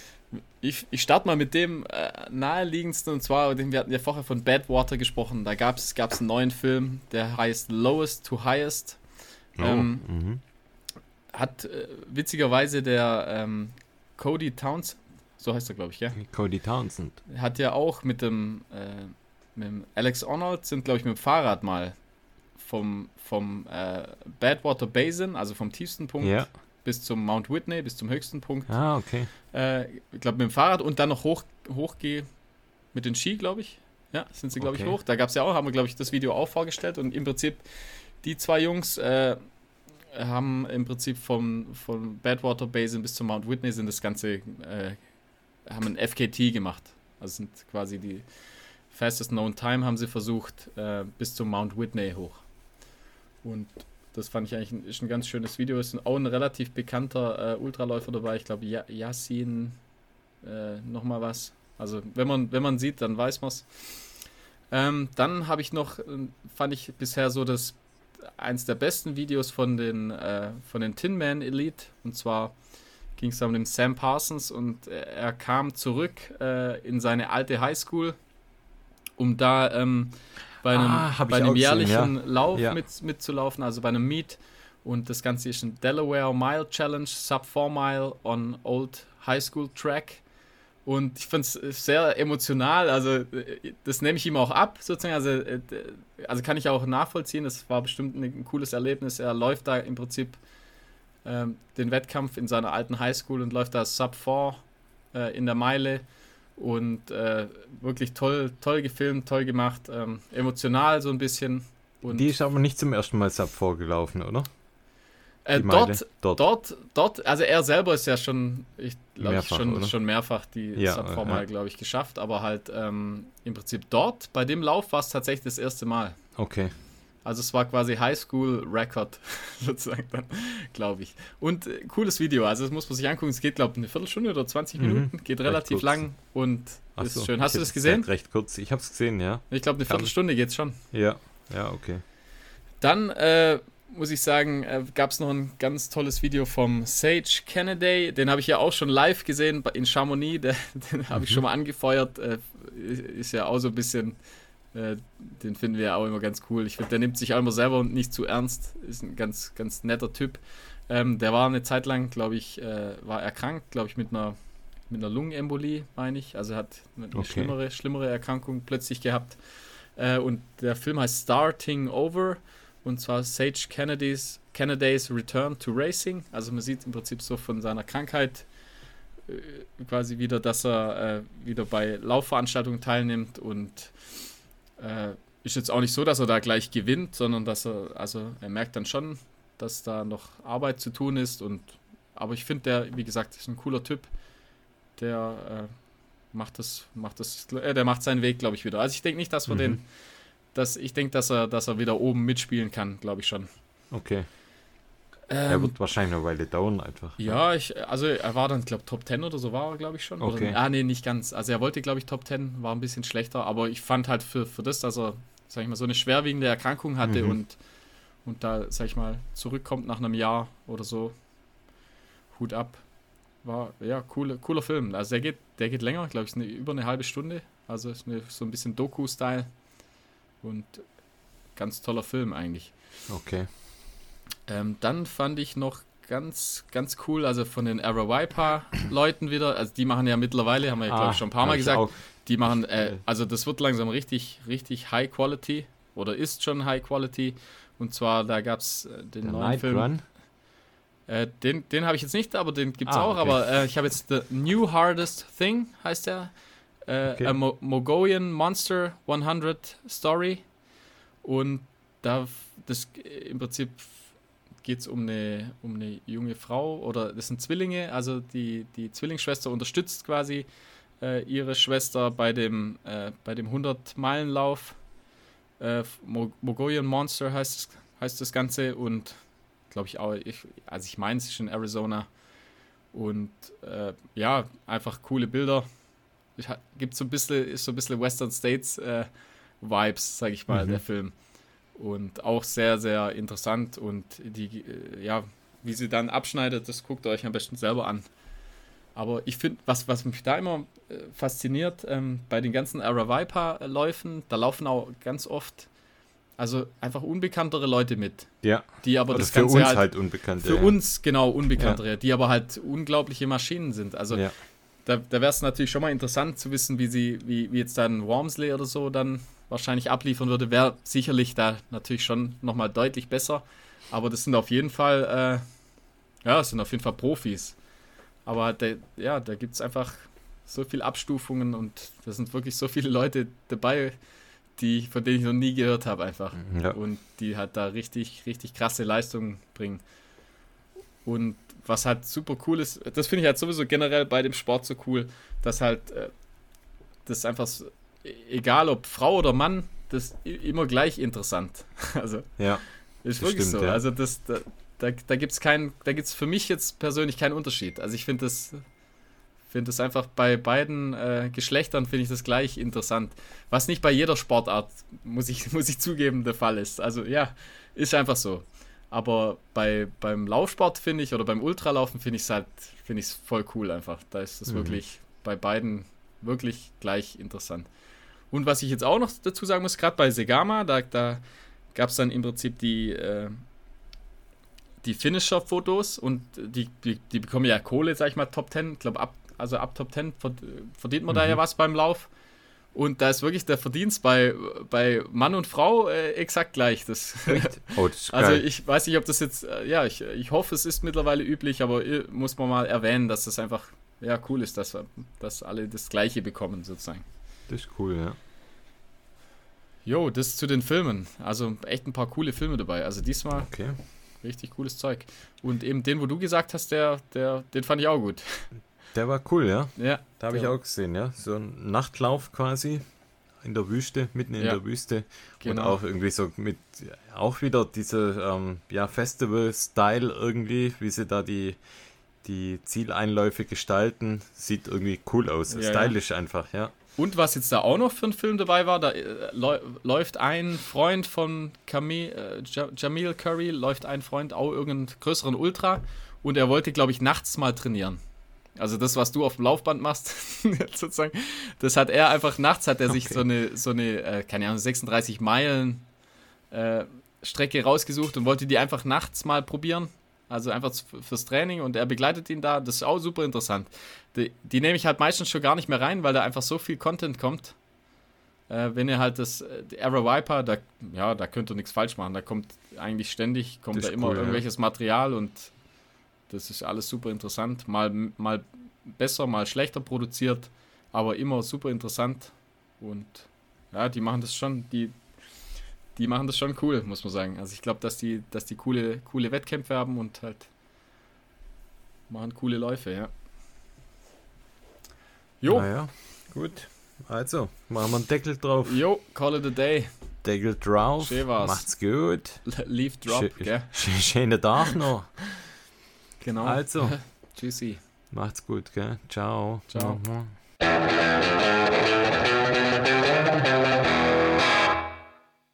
ich ich starte mal mit dem äh, naheliegendsten, und zwar, wir hatten ja vorher von Badwater gesprochen, da gab es einen neuen Film, der heißt Lowest to Highest. Oh, Ähm, mhm. Hat äh, witzigerweise der ähm, Cody Townsend, so heißt er, glaube ich, ja, Cody Townsend. hat ja auch mit dem, äh, mit dem Alex Arnold, sind, glaube ich, mit dem Fahrrad mal vom, vom äh, Badwater Basin, also vom tiefsten Punkt, Ja. bis zum Mount Whitney, bis zum höchsten Punkt. Ah, okay. Äh, ich glaube mit dem Fahrrad und dann noch hoch, hochgehe mit den Ski, glaube ich. Ja, sind sie, glaube Okay. ich, hoch. Da gab es ja auch, haben wir, glaube ich, das Video auch vorgestellt. Und im Prinzip, die zwei Jungs äh, haben im Prinzip vom, vom Badwater Basin bis zum Mount Whitney sind das Ganze, äh, haben ein F K T gemacht. Also sind quasi die fastest known time haben sie versucht, äh, bis zum Mount Whitney hoch. Und das fand ich eigentlich ein, ist ein ganz schönes Video. Ist auch ein relativ bekannter äh, Ultraläufer dabei. Ich glaube, ja, Yassin äh, nochmal was. Also wenn man, wenn man sieht, dann weiß man es. Ähm, dann habe ich noch, äh, fand ich bisher so das eins der besten Videos von den, äh, von den Tin Man Elite. Und zwar ging es da um den Sam Parsons und er, er kam zurück äh, in seine alte Highschool, um da ähm, bei einem, Ah, hab ich bei einem auch gesehen, jährlichen ja. Lauf Ja. mit, mitzulaufen, also bei einem Meet. Und das Ganze ist ein Delaware Mile Challenge, Sub vier Mile on Old High School Track. Und ich finde es sehr emotional, also äh, das nehme ich ihm auch ab, sozusagen. Also, äh, also kann ich auch nachvollziehen, das war bestimmt ein, ein cooles Erlebnis. Er läuft da im Prinzip ähm, den Wettkampf in seiner alten Highschool und läuft da Sub vier äh, in der Meile. Und äh, wirklich toll, toll gefilmt, toll gemacht, ähm, emotional so ein bisschen. Und Die ist aber nicht zum ersten Mal Sub vorgelaufen, oder? äh, die Meile. dort, Dort. dort, dort, also er selber ist ja schon, ich glaube Mehrfach, schon, oder? schon mehrfach die Ja, Sub äh, vier Mal, ja. glaube ich, geschafft, aber halt ähm, im Prinzip dort, bei dem Lauf war es tatsächlich das erste Mal. Okay. Also es war quasi Highschool-Record, sozusagen dann, glaube ich. Und äh, cooles Video, also das muss man sich angucken. Es geht, glaube ich, eine Viertelstunde oder zwanzig Mhm. Minuten, geht Recht relativ kurz. lang und Ach ist so, schön. Hast ich du das hätte gesehen? gesagt, Recht kurz. Ich habe es gesehen, ja. Ich glaube, eine Kann- Viertelstunde geht's schon. Ja, ja, okay. Dann äh, muss ich sagen, äh, gab es noch ein ganz tolles Video vom Sage Kennedy. Den habe ich ja auch schon live gesehen bei- in Chamonix. Der, den habe ich schon mal angefeuert. Äh, ist ja auch so ein bisschen, äh, den finden wir ja auch immer ganz cool. Ich finde, der nimmt sich auch immer selber nicht zu ernst. Ist ein ganz, ganz netter Typ. Ähm, der war eine Zeit lang, glaube ich, äh, war erkrankt, glaube ich, mit einer, mit einer Lungenembolie, meine ich. Also er hat eine Okay. schlimmere, schlimmere Erkrankung plötzlich gehabt. Äh, und der Film heißt Starting Over. Und zwar Sage Kennedy's, Kennedy's Return to Racing. Also man sieht im Prinzip so von seiner Krankheit äh, quasi wieder, dass er äh, wieder bei Laufveranstaltungen teilnimmt und äh, ist jetzt auch nicht so, dass er da gleich gewinnt, sondern dass er, also er merkt dann schon, dass da noch Arbeit zu tun ist und aber ich finde, der, wie gesagt, ist ein cooler Typ, der äh, macht das, macht das, äh, der macht seinen Weg, glaube ich, wieder. Also ich denke nicht, dass wir Mhm. den dass ich denke, dass er, dass er wieder oben mitspielen kann, glaube ich schon. Okay. Er Ähm, wird wahrscheinlich eine Weile dauern einfach. ja, ich, also er war dann, glaube Top zehn oder so war er, glaube ich, schon. Okay. Oder, ah, nee, nicht ganz. Also er wollte, glaube ich, Top zehn, war ein bisschen schlechter, aber ich fand halt für, für das, dass er, sag ich mal, so eine schwerwiegende Erkrankung hatte Mhm. und, und da, sag ich mal, zurückkommt nach einem Jahr oder so, Hut ab. War, ja, coole, cooler Film. Also der geht, der geht länger, glaube ich, eine, über eine halbe Stunde. Also ist eine, so ein bisschen Doku-Style und ganz toller Film eigentlich. Okay. Ähm, dann fand ich noch ganz, ganz cool, also von den Arawaipa-Leuten wieder, also die machen ja mittlerweile, haben wir ja, glaube ich, schon ein paar hab Mal ich gesagt, auch. die machen, äh, also das wird langsam richtig, richtig High Quality oder ist schon High Quality. Und zwar, da gab es äh, den Der neuen Night Film. Run. Äh, den den habe ich jetzt nicht, aber den gibt es Ah, auch. okay. Aber äh, ich habe jetzt The New Hardest Thing, heißt der. Äh, Okay. A Mo Mongolian Monster hundert Story. Und da, das äh, im Prinzip geht es um eine, um eine junge Frau, oder das sind Zwillinge, also die, die Zwillingsschwester unterstützt quasi äh, ihre Schwester bei dem, äh, bei dem hundert-Meilen-Lauf. Äh, Mo Mongolian Monster heißt, heißt das Ganze und glaube ich auch, ich, also ich meine, es ist in Arizona und äh, ja, einfach coole Bilder. Ich, gibt so ein bisschen, ist so ein bisschen Western States äh, Vibes, sage ich mal, Mhm. der Film. Und auch sehr, sehr interessant und die, äh, ja, wie sie dann abschneidet, das guckt ihr euch am besten selber an. Aber ich finde, was, was mich da immer äh, fasziniert, ähm, bei den ganzen Arawaipa-Läufen, da laufen auch ganz oft, also einfach unbekanntere Leute mit, Ja. die aber Oder das für Ganze uns halt, halt unbekannt. für ja. uns genau unbekanntere, die aber halt unglaubliche Maschinen sind. Also Ja. da, da wäre es natürlich schon mal interessant zu wissen, wie sie, wie, wie jetzt dann Wormsley oder so dann wahrscheinlich abliefern würde, wäre sicherlich da natürlich schon nochmal deutlich besser. Aber das sind auf jeden Fall, äh, ja, das sind auf jeden Fall Profis. Aber der, ja, da gibt es einfach so viele Abstufungen und da sind wirklich so viele Leute dabei, die, von denen ich noch nie gehört habe einfach. Ja. Und die halt da richtig, richtig krasse Leistungen bringen. Und was halt super cool ist, das finde ich halt sowieso generell bei dem Sport so cool, dass halt äh, das einfach, so, egal ob Frau oder Mann, das i- immer gleich interessant. Also Ja. ist Das wirklich stimmt, so. ja. Also das, da, da, da gibt es keinen, da gibt es für mich jetzt persönlich keinen Unterschied. Also ich finde das, finde das einfach bei beiden äh, Geschlechtern finde ich das gleich interessant. Was nicht bei jeder Sportart, muss ich, muss ich zugeben, der Fall ist. Also ja, ist einfach so. Aber bei, beim Laufsport finde ich, oder beim Ultralaufen finde ich es halt, finde ich es voll cool einfach. Da ist es Mhm. wirklich bei beiden wirklich gleich interessant. Und was ich jetzt auch noch dazu sagen muss, gerade bei Segama, da, da gab es dann im Prinzip die, äh, die Finisher-Fotos und die, die, die bekommen ja Kohle, sag ich mal, Top zehn. Ich glaube, ab, also ab Top zehn verdient man da Mhm. ja was beim Lauf. Und da ist wirklich der Verdienst bei, bei Mann und Frau äh, exakt gleich. Das, Oh, das ist geil. also ich weiß nicht, ob das jetzt, äh, ja, ich, ich hoffe, es ist mittlerweile üblich, aber äh, muss man mal erwähnen, dass das einfach, ja, cool ist, dass, dass alle das Gleiche bekommen, sozusagen. das ist cool, ja. Jo, das zu den Filmen. Also echt ein paar coole Filme dabei. Also diesmal Okay. richtig cooles Zeug. Und eben den, wo du gesagt hast, der, der, den fand ich auch gut. Der war cool, ja. Ja, Da habe ich der- auch gesehen, ja. So ein Nachtlauf quasi in der Wüste, mitten in Ja. der Wüste. Und Genau. auch irgendwie so mit, auch wieder diese ähm, ja, Festival-Style irgendwie, wie sie da die, die Zieleinläufe gestalten. Sieht irgendwie cool aus. Ja, Stylisch einfach, ja. Und was jetzt da auch noch für ein Film dabei war, da äh, läu- läuft ein Freund von Camille, äh, Ja- Jamil Curry, läuft ein Freund auch irgendeinen größeren Ultra und er wollte, glaube ich, nachts mal trainieren. Also das, was du auf dem Laufband machst, sozusagen, das hat er einfach nachts, hat er sich Okay. so eine, so eine äh, keine Ahnung, sechsunddreißig Meilen äh, Strecke rausgesucht und wollte die einfach nachts mal probieren. Also einfach z- fürs Training und er begleitet ihn da. Das ist auch super interessant. Die, die nehme ich halt meistens schon gar nicht mehr rein, weil da einfach so viel Content kommt. Äh, wenn ihr halt das äh, die Arawaipa, da, ja, da könnt ihr nichts falsch machen. Da kommt eigentlich ständig, kommt Das da ist immer cool, ja. irgendwelches Material und das ist alles super interessant. Mal, mal besser, mal schlechter produziert, aber immer super interessant. Und ja, die machen das schon, die, die machen das schon cool, muss man sagen. Also ich glaube, dass die, dass die coole, coole Wettkämpfe haben und halt machen coole Läufe, ja. Jo, Naja, gut. Also, machen wir einen Deckel drauf. jo, call it a day. Deckel drauf. Schön war's. Macht's gut. Leave drop, Schö gell? sch schönen Tag noch. Genau. Also, Tschüssi. macht's gut, gell? Ciao. Ciao. Ciao.